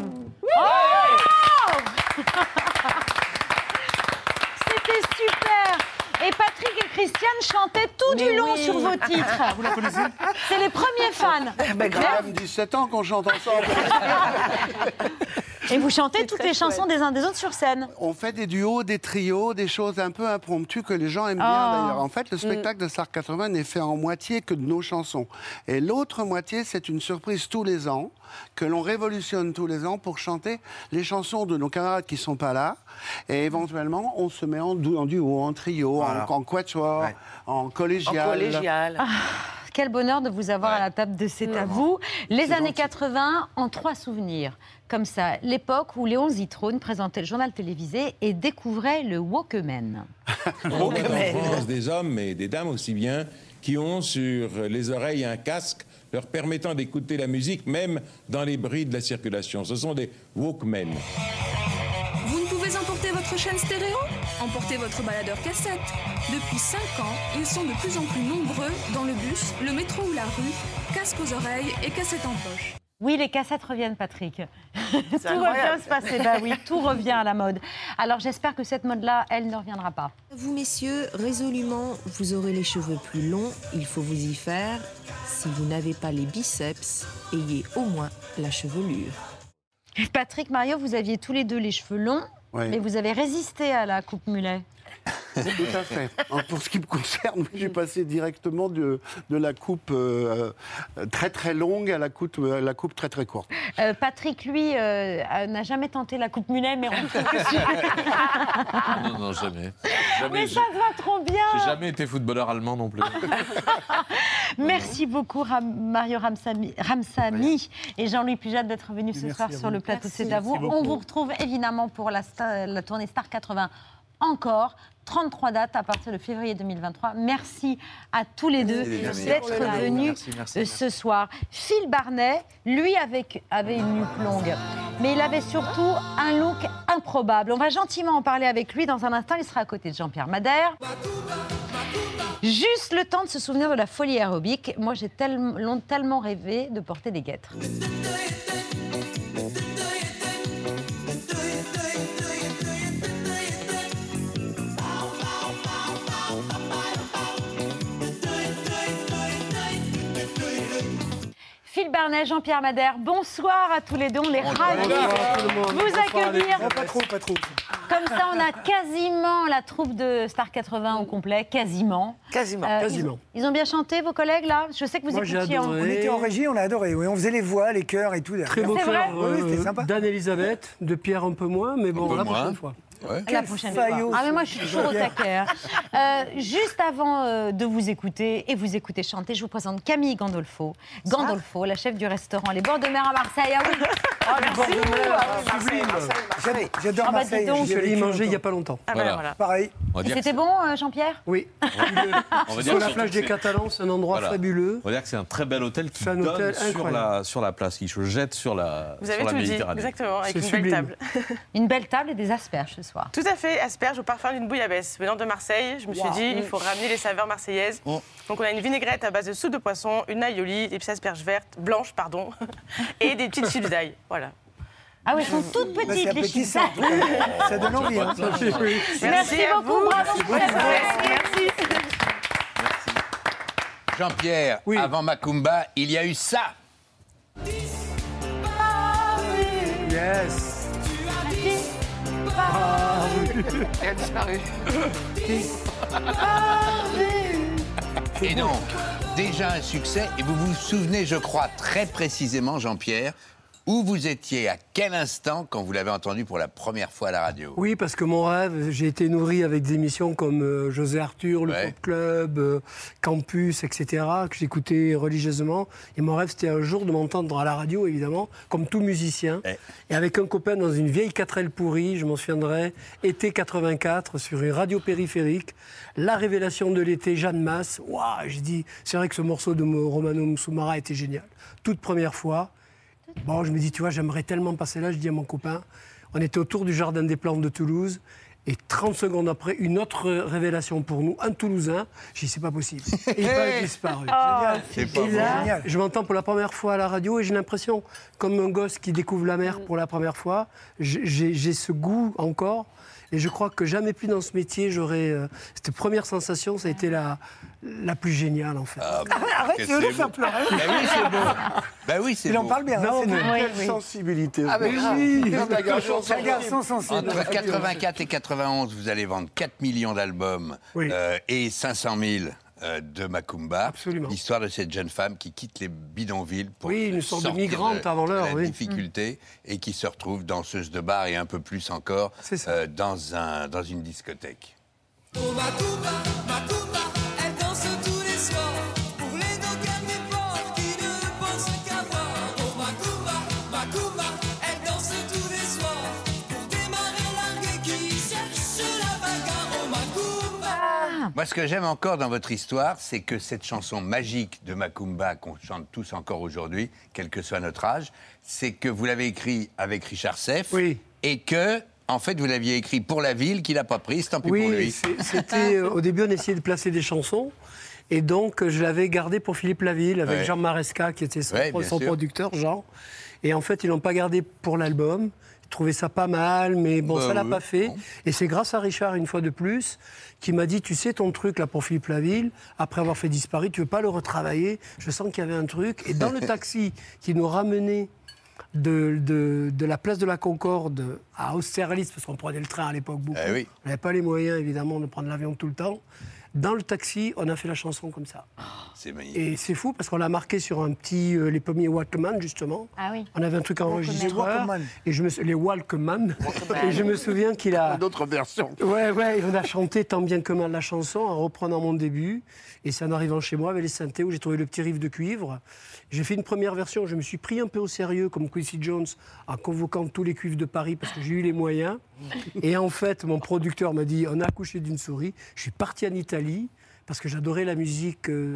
C'était super. Et Patrick et Christiane chantaient tout Mais du long oui. sur vos titres. Vous la connaissez? C'est les premiers fans. Ben, Ça grave. fait dix-sept ans qu'on chante ensemble. Et vous chantez toutes les chansons des uns des autres sur scène. On fait des duos, des trios, des choses un peu impromptues que les gens aiment bien Oh. d'ailleurs. En fait, le spectacle de Star quatre-vingts n'est fait en moitié que de nos chansons. Et l'autre moitié, c'est une surprise tous les ans, que l'on révolutionne tous les ans pour chanter les chansons de nos camarades qui ne sont pas là. Et éventuellement, on se met en, du- en duo, en trio, Voilà. en, en quatuor, Ouais. en En collégial. collégial. Quel bonheur de vous avoir à la table de C'est à vous. Les C'est années gentil. quatre-vingts en trois souvenirs. Comme ça, l'époque où Léon Zitrone présentait le journal télévisé et découvrait le Walkman. On voit en France des hommes et des dames aussi bien qui ont sur les oreilles un casque leur permettant d'écouter la musique même dans les bruits de la circulation. Ce sont des Walkmen. Vous ne pouvez emporter votre chaîne stéréo? Emportez votre baladeur cassette. Depuis cinq ans, ils sont de plus en plus nombreux dans le bus, le métro ou la rue, casque aux oreilles et cassette en poche. Oui, les cassettes reviennent, Patrick. Tout incroyable. revient à se passer. Bah oui, tout revient à la mode. Alors j'espère que cette mode-là, elle ne reviendra pas. Vous, messieurs, résolument, vous aurez les cheveux plus longs, il faut vous y faire. Si vous n'avez pas les biceps, ayez au moins la chevelure. Patrick, Mario, vous aviez tous les deux les cheveux longs, Ouais. mais vous avez résisté à la coupe mulet. Tout à fait. Alors, pour ce qui me concerne, j'ai passé directement de, de la coupe euh, très très longue à la coupe, à la coupe très très courte. Euh, Patrick, lui, euh, n'a jamais tenté la coupe mulet, mais on trouve que c'est... Non, non, jamais. jamais Mais ça te va trop bien. J'ai jamais été footballeur allemand non plus. Merci beaucoup Ram- Mario Ramsamy, Ramsamy et Jean-Louis Pugat d'être venus ce Merci soir à sur vous. le plateau. Merci. C'est à vous. Merci beaucoup. On vous retrouve évidemment pour la, sta- la tournée Star quatre-vingts encore. trente-trois dates à partir de février deux mille vingt-trois. Merci à tous les deux Merci. d'être Merci. venus Merci, merci, euh, merci. ce soir. Phil Barnet, lui, avec, avait une nuque longue, mais il avait surtout un look improbable. On va gentiment en parler avec lui dans un instant. Il sera à côté de Jean-Pierre Madère. Juste le temps de se souvenir de la folie aérobique. Moi, j'ai tellement, tellement rêvé de porter des guêtres. Phil Barnet, Jean-Pierre Madère, bonsoir à tous les deux. On est ravis de vous accueillir. Non, pas trop, pas trop. Comme ça, on a quasiment la troupe de Star quatre-vingts au complet, quasiment. Quasiment. Euh, Quasiment. Ils, ils ont bien chanté, vos collègues, là? Je sais que vous Moi, j'ai écoutiez. en- On était en régie, on a adoré. Oui, on faisait les voix, les chœurs et tout. derrière. Très beau C'est cœur vrai Oui, c'était euh, sympa. d'Anne-Elisabeth, de Pierre un peu moins, mais bon, peu la moins. prochaine fois. Ouais. La prochaine fois. Fayot, Ah, mais moi, je suis toujours au Jean-Pierre. taquet. hein. Euh, juste avant euh, de vous écouter et vous écouter chanter, je vous présente Camille Gandolfo. Gandolfo, la chef du restaurant Les Bords de Mer à Marseille. Ah oui. Oh, les bords de mer, ah oui, Marseille, Marseille, Marseille. J'adore Ah bah, Marseille. dis donc. j'y Je suis allé y vécu manger il n'y a longtemps. pas longtemps. Ah ben Voilà. voilà. Pareil. On va Et dire c'était que- bon, euh, Jean-Pierre? Oui. on va dire Sur que la surtout plage que des c'est- Catalans, c'est un endroit Voilà. fabuleux. On va dire que c'est un très bel hôtel qui C'est un donne hôtel sur incroyable. la, sur la place, qui se jette sur la, Vous sur avez la tout dit, Méditerranée. exactement, avec C'est une sublime. belle table. Une belle table et des asperges ce soir. Tout à fait, asperges au parfum d'une bouillabaisse. Venant de Marseille, je me suis Wow. dit, il faut ramener les saveurs marseillaises. Oh. Donc on a une vinaigrette à base de soupe de poisson, une aioli, des petites asperges vertes, blanches, pardon, et des petites chips d'ail. Voilà. Ah oui, elles sont toutes Bah, petites, c'est les chips. appétissant, en tout cas. Ça donne envie. hein. Merci à beaucoup, vous. bravo pour cette Merci. Jean-Pierre, Oui. avant Macumba, il y a eu ça. Yes. Elle a disparu. Et donc, déjà un succès. Et vous vous souvenez, je crois, très précisément, Jean-Pierre, où vous étiez, à quel instant, quand vous l'avez entendu pour la première fois à la radio? Oui, parce que mon rêve, j'ai été nourri avec des émissions comme euh, José Arthur, le Ouais. Pop Club, euh, Campus, et cetera, que j'écoutais religieusement. Et mon rêve, c'était un jour de m'entendre à la radio, évidemment, comme tout musicien. Ouais. Et avec un copain dans une vieille quatre L pourrie, je m'en souviendrai, été quatre-vingt-quatre, sur une radio périphérique, la révélation de l'été, Jeanne Masse. Waouh, j'ai dit, c'est vrai que ce morceau de Romano Msoumara était génial. Toute première fois. Bon, je me dis, tu vois, j'aimerais tellement passer là. Je dis à mon copain, on était autour du Jardin des Plantes de Toulouse. Et trente secondes après, une autre révélation pour nous, un Toulousain. J'ai dit, c'est pas possible. Et il a disparu. Génial. C'est pas Et là, Génial. je m'entends pour la première fois à la radio et j'ai l'impression, comme un gosse qui découvre la mer pour la première fois, j'ai- j'ai j'ai ce goût encore. Et je crois que jamais plus dans ce métier, j'aurais. euh, cette première sensation, ça a été la, la plus géniale, en fait. Arrête, que tu veux c'est nous faire beau. pleurer. Ben oui, c'est beau. Ben oui, c'est Il en beau. parle bien. hein, Non, c'est mais- nous. Oui, Quelle oui. sensibilité. Ah, mais grave. Oui. C'est un garçon C'est un garçon sensible. Entre quatre-vingt-quatre et quatre-vingt-onze, vous allez vendre quatre millions d'albums Oui. euh, et cinq cent mille euh, de Macumba. Absolument. L'histoire de cette jeune femme qui quitte les bidonvilles pour Oui, une se sorte de sortir migrante avant l'heure, la oui. difficulté et qui se retrouve danseuse de bar et un peu plus encore C'est ça. euh, dans, un, dans une discothèque. Oh Macumba, Macumba, elle danse tous les soirs pour les dockers des ports qui ne pensent qu'à voir. Oh Macumba, Macumba, elle danse tous les soirs pour démarrer l'argue qui cherche la bagarre. Oh Macumba. Moi, ce que j'aime encore dans votre histoire, c'est que cette chanson magique de Macumba qu'on chante tous encore aujourd'hui, quel que soit notre âge, c'est que vous l'avez écrit avec Richard Seff et que, en fait, vous l'aviez écrit pour la ville, qu'il n'a pas prise, tant pis pour Oui, lui. c'est- c'était. euh, au début, on essayait de placer des chansons. Et donc, euh, je l'avais gardé pour Philippe Laville, avec Ouais. Jean Maresca, qui était son, Ouais, bien son sûr. producteur, Jean. Et en fait, ils l'ont pas gardé pour l'album. Ils trouvaient ça pas mal, mais bon, Bah ça l'a oui, pas fait. bon. Et c'est grâce à Richard, une fois de plus, qui m'a dit, tu sais, ton truc là pour Philippe Laville, après avoir fait disparaître, tu veux pas le retravailler? Je sens qu'il y avait un truc. Et dans le taxi qui nous ramenait de, de, de la place de la Concorde à Austerlitz, parce qu'on prenait le train à l'époque beaucoup. Eh oui. On n'avait pas les moyens, évidemment, de prendre l'avion tout le temps. Dans le taxi, on a fait la chanson comme ça. C'est magnifique. Et c'est fou parce qu'on l'a marqué sur un petit, euh, les premiers Walkman justement. Ah oui. On avait un truc enregistreur. Walkman. Et je me, sou- les Walkman. Et je me souviens qu'il a. D'autres versions. Ouais, ouais, et on a chanté tant bien que mal la chanson en reprenant mon début. Et c'est en arrivant chez moi avec les synthés où j'ai trouvé le petit riff de cuivre. J'ai fait une première version, je me suis pris un peu au sérieux comme Quincy Jones en convoquant tous les cuivres de Paris parce que j'ai eu les moyens. Et en fait, mon producteur m'a dit, on a accouché d'une souris. Je suis parti en Italie parce que j'adorais la musique euh,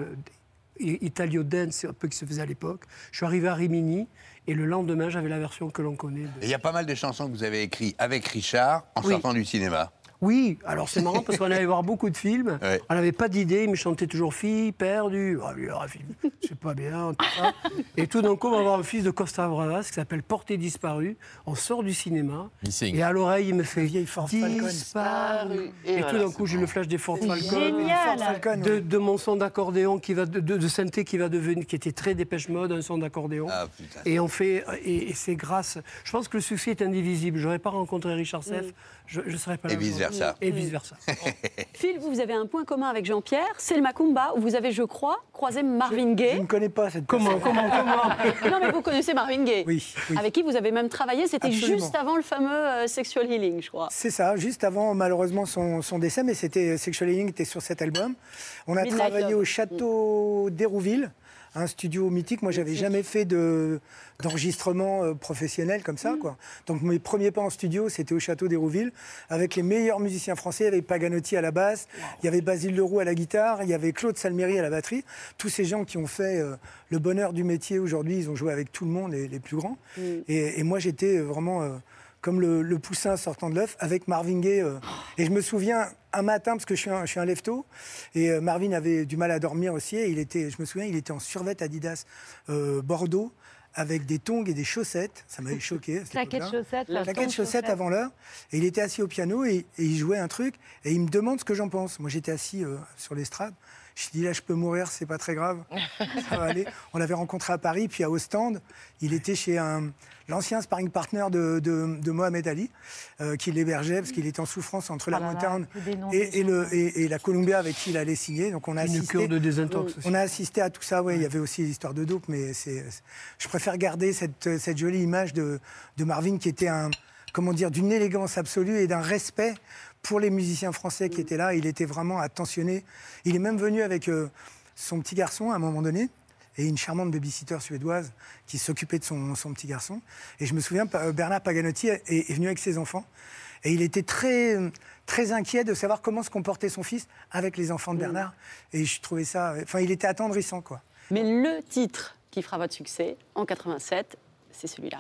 Italio Dance, un peu qui se faisait à l'époque. Je suis arrivé à Rimini et le lendemain, j'avais la version que l'on connaît. de- Et il y a pas mal de chansons que vous avez écrites avec Richard en Oui. sortant du cinéma. Oui, alors c'est marrant parce qu'on allait voir beaucoup de films. Ouais. On n'avait pas d'idée, il me chantait toujours fille perdue. Oh, lui, alors, un film, c'est pas bien, tout ça. Et tout d'un coup, on va voir un fils de Costa Bravas qui s'appelle Porté disparu. On sort du cinéma. Missing. Et à l'oreille, il me fait Vieille Ford Falcon. disparu. Et Et, voilà, tout d'un c'est coup, j'ai le flash des Ford Falcon. Génial. Ford Falcon, De, oui. de mon son d'accordéon qui va de, de, de synthé qui va devenir qui était très Dépêche Mode, un son d'accordéon. Ah, putain. Et on fait et, et c'est grâce. Je pense que le succès est indivisible. J'aurais pas rencontré Richard Seff, je ne serais pas là. Et vice-versa. Et vice versa. Phil, vous avez un point commun avec Jean-Pierre, c'est le Macumba, où vous avez, je crois, croisé Marvin Je Gaye. ne connais pas cette Comment, personne. comment, comment Non, mais vous connaissez Marvin Gaye. Oui, oui. Avec qui vous avez même travaillé, c'était Absolument. juste avant le fameux euh, Sexual Healing, je crois. C'est ça, juste avant malheureusement son, son décès, mais c'était Sexual Healing était sur cet album. On a Midnight travaillé Love. au château d'Hérouville, un studio mythique. Moi, j'avais jamais fait de d'enregistrement euh, professionnel comme ça, quoi. Donc mes premiers pas en studio, c'était au château d'Hérouville, avec les meilleurs musiciens français. Il y avait Paganotti à la basse, il y avait Basile Leroux à la guitare, il y avait Claude Salmieri à la batterie. Tous ces gens qui ont fait euh, le bonheur du métier aujourd'hui, ils ont joué avec tout le monde, les, les plus grands. Mm. Et, et moi, j'étais vraiment euh, comme le, le poussin sortant de l'œuf avec Marvin Gaye. euh. Et je me souviens un matin, parce que je suis un, je suis un lève-tôt, et euh, Marvin avait du mal à dormir aussi. Et il était, je me souviens, il était en survêt Adidas euh, Bordeaux avec des tongs et des chaussettes. Ça m'avait choqué. à cette Claquettes époque-là. chaussettes, Claquettes tongs, chaussettes chaussettes. avant l'heure. Et il était assis au piano et, et il jouait un truc. Et il me demande ce que j'en pense. Moi, j'étais assis euh, sur l'estrade. Je me suis dit, là, je peux mourir, c'est pas très grave. Ça va aller. On l'avait rencontré à Paris, puis à Ostende. Il était chez un, l'ancien sparring partner de, de, de Mohamed Ali, euh, qui l'hébergeait, parce qu'il était en souffrance entre la Oh là là, Motown tous des noms et, et, le, et, et la Columbia avec qui il allait signer. Donc on a Une assisté, cure de désintox aussi. on a assisté à tout ça. Ouais, il y avait aussi l'histoire de dope, mais c'est, je préfère garder cette, cette jolie image de, de Marvin qui était un, comment dire, d'une élégance absolue et d'un respect pour les musiciens français qui étaient là. Il était vraiment attentionné. Il est même venu avec euh, son petit garçon à un moment donné et une charmante babysitter suédoise qui s'occupait de son, son petit garçon. Et je me souviens, Pa- Bernard Paganotti est, est venu avec ses enfants. Et il était très, très inquiet de savoir comment se comportait son fils avec les enfants de Bernard. Et je trouvais ça... Enfin, il était attendrissant, quoi. Mais le titre qui fera votre succès en quatre-vingt-sept, c'est celui-là.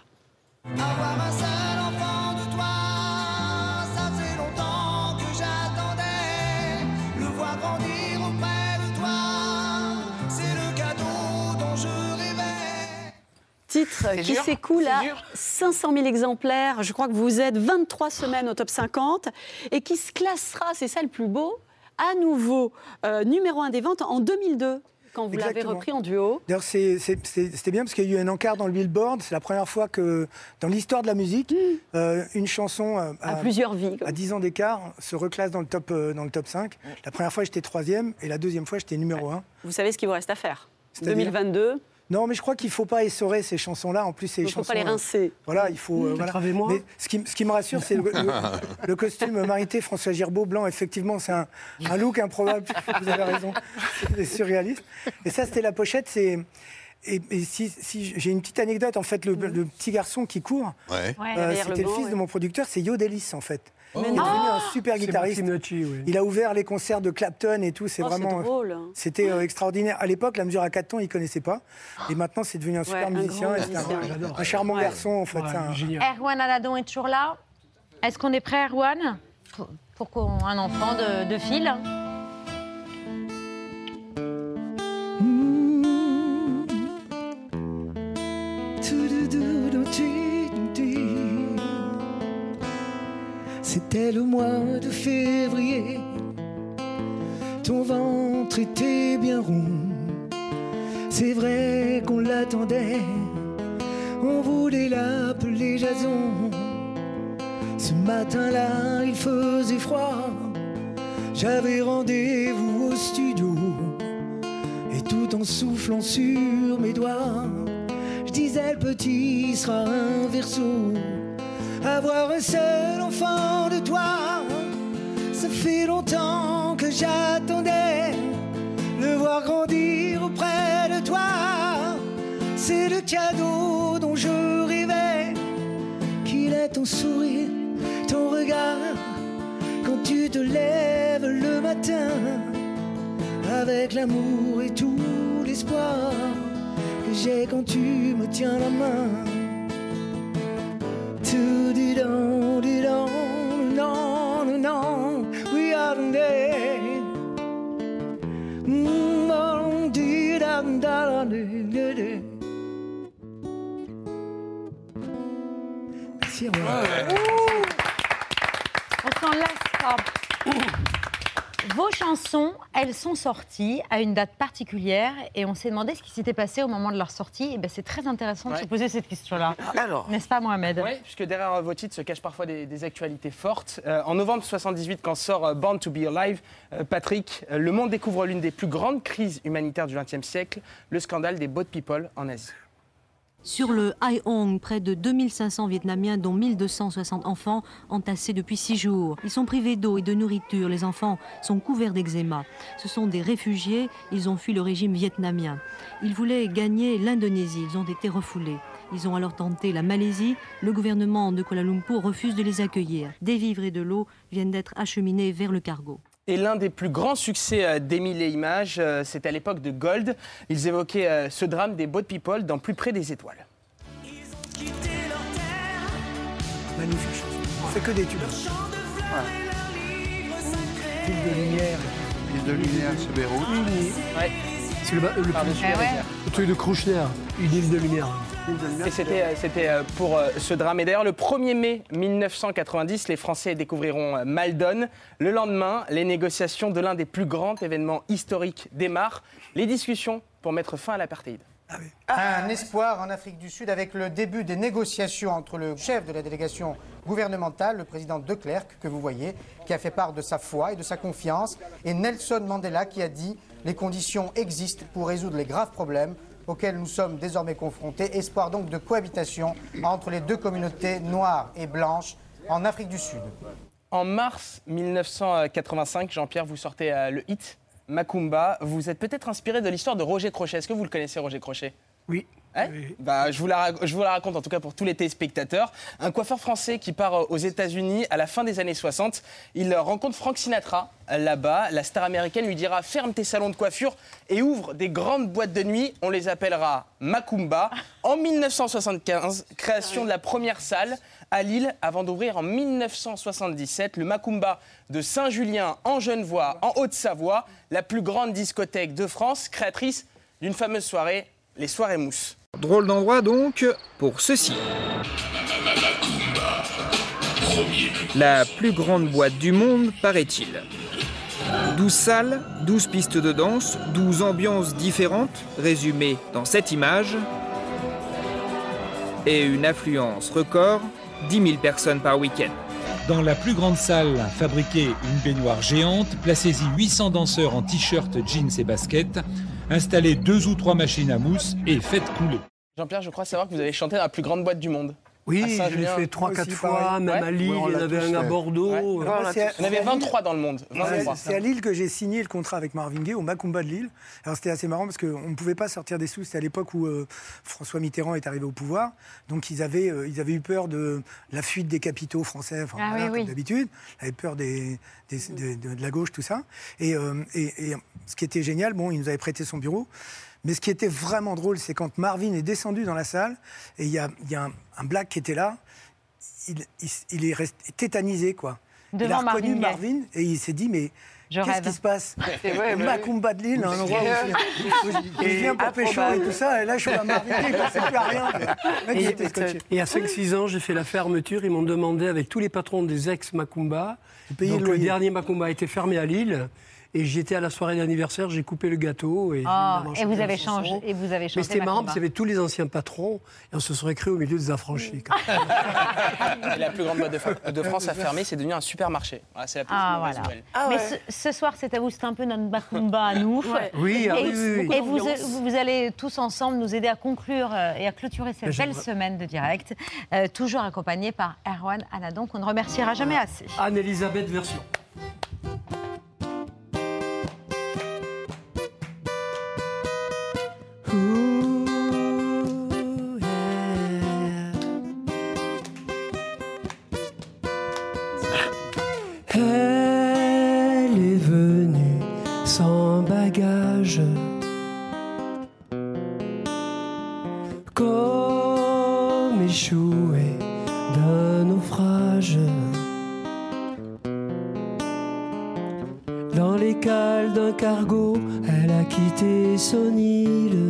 Avoir un seul enfant de toi, ça fait longtemps que j'attendais. Le voir grandir auprès de toi, c'est le cadeau dont je rêvais. Titre C'est qui dur, s'écoule c'est à dur. cinq cent mille exemplaires. Je crois que vous êtes vingt-trois semaines au top cinquante et qui se classera, c'est ça le plus beau, à nouveau euh, numéro un des ventes en deux mille deux, quand vous l'avez Exactement. repris en duo. D'ailleurs, c'est- c'est- c'est- c'était bien parce qu'il y a eu un encart dans le Billboard. C'est la première fois que, dans l'histoire de la musique, euh, une chanson euh, À plusieurs vies. à dix ans d'écart se reclasse dans le top, euh, dans le top cinq. La première fois, j'étais troisième et la deuxième fois, j'étais numéro un. Vous savez ce qu'il vous reste à faire. C'est-à-dire deux mille vingt-deux, Non, mais je crois qu'il ne faut pas essorer ces chansons-là. En plus, c'est il des ne faut chansons... pas les euh, rincer. Voilà, il faut... euh, voilà. Travez-moi. Mais ce qui, ce qui me rassure, c'est le, le- le costume Marité François Girbeau blanc. Effectivement, c'est un, un look improbable. Vous avez raison. C'est surréaliste. Et ça, c'était la pochette. C'est... Et, et si, si j'ai une petite anecdote, en fait, le, le petit garçon qui court, Ouais. Ouais. euh, derrière c'était le le, banc, fils ouais. de mon producteur, c'est Yo Delis, en fait. Oh. Il est devenu un super C'est guitariste. Maxime Nucci, oui. Il a ouvert les concerts de Clapton et tout. C'est Oh, c'est vraiment... drôle. C'était euh, extraordinaire. À l'époque, la mesure à quatre temps, il ne connaissait pas. Et maintenant, c'est devenu un super un musicien. grand et c'est un- musicien. un, charmant Ouais. garçon, en fait. Ouais, c'est un- génial. Erwan Aladon est toujours là. Est-ce qu'on est prêt, Erwan Pour, pour qu'on un enfant de, de Phil. C'était le mois de février, ton ventre était bien rond. C'est vrai qu'on l'attendait, On voulait l'appeler Jason. Ce matin-là, il faisait froid. J'avais rendez-vous au studio. Et tout en soufflant sur mes doigts, je disais le petit sera un verso. Avoir un seul enfant de toi, ça fait longtemps que j'attendais. Le voir grandir auprès de toi, c'est le cadeau dont je rêvais. Qu'il est ton sourire, ton regard, quand tu te lèves le matin, avec l'amour et tout l'espoir que j'ai quand tu me tiens la main. Tout dit don, dit don, non, non, non, we are there. Mm, di da da da da. Merci, on On s'en lasse pas. Vos chansons, elles sont sorties à une date particulière et on s'est demandé ce qui s'était passé au moment de leur sortie. Et ben c'est très intéressant de Ouais. se poser cette question-là. Alors. N'est-ce pas, Mohamed? Oui, puisque derrière vos titres se cachent parfois des, des actualités fortes. Euh, en novembre soixante-dix-huit, quand sort euh, Born to be Alive, euh, Patrick, euh, le monde découvre l'une des plus grandes crises humanitaires du vingtième siècle, le scandale des boat people en Asie. Sur le Hai Hong, près de deux mille cinq cents Vietnamiens, dont mille deux cent soixante enfants, entassés depuis six jours. Ils sont privés d'eau et de nourriture. Les enfants sont couverts d'eczéma. Ce sont des réfugiés. Ils ont fui le régime vietnamien. Ils voulaient gagner l'Indonésie. Ils ont été refoulés. Ils ont alors tenté la Malaisie. Le gouvernement de Kuala Lumpur refuse de les accueillir. Des vivres et de l'eau viennent d'être acheminés vers le cargo. Et l'un des plus grands succès euh, d'Émile et Images, euh, c'était à l'époque de Gold. Ils évoquaient euh, ce drame des boat people dans Plus près des étoiles. Magnifique chanson. On fait que des tubes. Ville de lumière. Ville de lumière sur Beyrouth. Ouais. C'est le, le, Par-dessus le- la ouais. rivière. le truc de Krouchner, une île de lumière. Et c'était, euh, c'était euh, pour euh, ce drame. Et d'ailleurs, le premier mai mille neuf cent quatre-vingt-dix, les Français découvriront euh, Maldon. Le lendemain, les négociations de l'un des plus grands événements historiques démarrent. Les discussions pour mettre fin à l'apartheid. Un espoir en Afrique du Sud avec le début des négociations entre le chef de la délégation gouvernementale, le président De Klerk, que vous voyez, qui a fait part de sa foi et de sa confiance, et Nelson Mandela qui a dit « Les conditions existent pour résoudre les graves problèmes auxquels nous sommes désormais confrontés. Espoir donc de cohabitation entre les deux communautés noires et blanches en Afrique du Sud. » En mars mille neuf cent quatre-vingt-cinq, Jean-Pierre, vous sortez euh, le hit Macumba. Vous êtes peut-être inspiré de l'histoire de Roger Crochet. Est-ce que vous le connaissez, Roger Crochet? Oui. Ouais bah, je, vous la, je vous la raconte en tout cas pour tous les téléspectateurs. Un coiffeur français qui part aux États-Unis à la fin des années soixante. Il rencontre Frank Sinatra là-bas. La star américaine lui dira « Ferme tes salons de coiffure et ouvre des grandes boîtes de nuit. On les appellera Macumba. » En mille neuf cent soixante-quinze, création de la première salle à Lille avant d'ouvrir en mille neuf cent soixante-dix-sept le Macumba de Saint-Julien en Genevois, en Haute-Savoie, la plus grande discothèque de France, créatrice d'une fameuse soirée, les soirées mousse. Drôle d'endroit donc pour ceci. La plus grande boîte du monde, paraît-il. douze salles, douze pistes de danse, douze ambiances différentes, résumées dans cette image. Et une affluence record, dix mille personnes par week-end. Dans la plus grande salle, fabriquez une baignoire géante, placez-y huit cents danseurs en t-shirt, jeans et baskets, installez deux ou trois machines à mousse et faites couler. Jean-Pierre, je crois savoir que vous avez chanté dans la plus grande boîte du monde. Oui, À je l'ai Saint-Julien. fait trois, quatre Aussi, fois, pareil. même Ouais. à Lille, Ouais, on il y en l'a avait tous un à fait. Bordeaux. Ouais. euh, Ouais, on l'a tous- Il y en avait vingt-trois dans le monde. Ouais, vingt-trois. c'est à Lille que j'ai signé le contrat avec Marvin Gaye, au Macumba de Lille. Alors c'était assez marrant parce qu'on ne pouvait pas sortir des sous. C'était à l'époque où euh, François Mitterrand est arrivé au pouvoir. Donc ils avaient, euh, ils avaient eu peur de la fuite des capitaux français, enfin, Ah voilà, oui, comme oui. d'habitude. Ils avaient peur des, des- de, de- de la gauche, tout ça. Et, euh, et- et ce qui était génial, bon, il nous avait prêté son bureau. Mais ce qui était vraiment drôle, c'est quand Marvin est descendu dans la salle, et il y a, il y a un, un black qui était là, il, il- il est resté tétanisé, quoi. il Devant a reconnu Marvin Gaye. Marvin, et il s'est dit, mais Je qu'est-ce rêve. qui se passe C'est vrai, Au bah oui. Macumba de Lille, un endroit où je, où je viens pour pécho Improbable. et tout ça, et là, je suis à Marvin Gaye, il ne pensait plus à rien. Le mec, il était scotché. Et à cinq six ans, j'ai fait la fermeture. Ils m'ont demandé, avec tous les patrons des ex-Macumba, payer donc le le loyer. dernier Macumba a été fermé à Lille. Et j'étais à la soirée d'anniversaire, j'ai coupé le gâteau. Et, Oh, j'ai et chanté vous la avez chanson. changé. Et vous avez chanté Mais c'était marrant, Macumba. parce qu'il y avait tous les anciens patrons, et on se serait créé au milieu des affranchis. quoi. Et la plus grande boîte de, Fra- de France a fermé, c'est devenu un supermarché. Voilà, c'est la petite Ah, mauvaise voilà. nouvelle. Ah Mais ouais. ce, ce soir, c'est à vous, c'est un peu notre Macumba à nous. Ouais. Oui, ah et oui, oui, oui. et vous, Ambiance. vous allez tous ensemble nous aider à conclure euh, et à clôturer cette Mais belle j'aimerais- semaine de direct, euh, toujours accompagnée par Erwan Anadon, qu'on ne remerciera jamais assez. Anne-Elisabeth version. Ooh, yeah. Elle est venue sans bagage, comme échouée d'un naufrage. Dans les cales d'un cargo, elle a quitté son île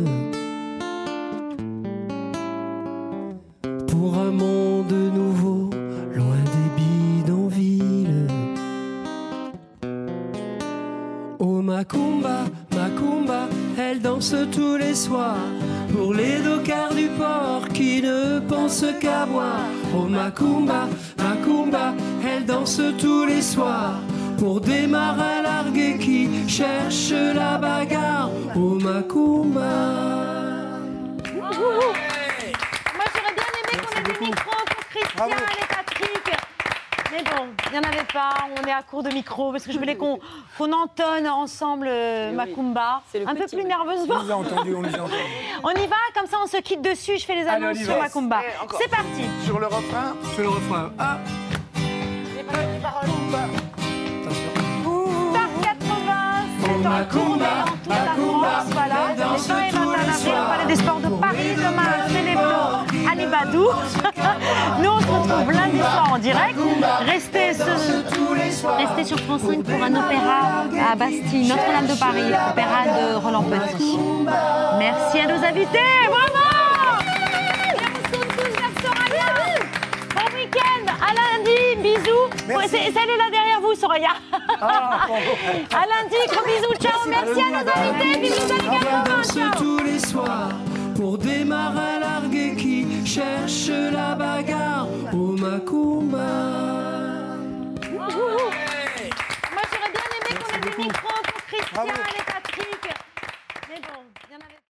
pour un monde nouveau, loin des bidonvilles. Oh Macumba, Macumba, elle danse tous les soirs pour les dockers du port qui ne pensent qu'à boire. Oh Macumba, Macumba, elle danse tous les soirs pour des marins largués qui cherchent la bagarre. Oh Macumba. Moi, j'aurais bien aimé qu'on ait des micros pour Christian et Patrick. Mais bon, il n'y en avait pas. On est à court de micros parce que je voulais qu'on qu'on entonne ensemble euh, Macumba. C'est le Un peu petit plus oui. nerveusement. On les a entendus, on les a entendus. On y va, comme ça on se quitte dessus. Je fais les Allez, on annonces y sur va. Macumba. Eh, encore. C'est parti. Sur le refrain, C'est le refrain. Ah, Par quatre-vingts, c'est en tournée en toute la France. Voilà, les vingt et vingt et un avril au Palais des Sports de Paris. Demain, c'est les Bleus, Ali Badou. Nous, on se retrouve lundi soir en direct. Restez, ce- Restez sur France cinq pour un opéra à Bastille, Notre-Dame de Paris, opéra de Roland Petit. Merci à nos invités. Bravo! Et on se tourne tous vers Soraya. Bon week-end, à lundi, bisous. Ouais, c'est- celle est là derrière vous, Soraya. À lundi, gros bisous, ciao. Merci à nos invités, bisous à les Elle quatre-vingts, danse ciao. tous les soirs pour des marins largués qui cherchent la bagarre. Oh Macumba. Moi, j'aurais bien aimé qu'on ait des micros pour Christian et Patrick. Mais bon, il y en avait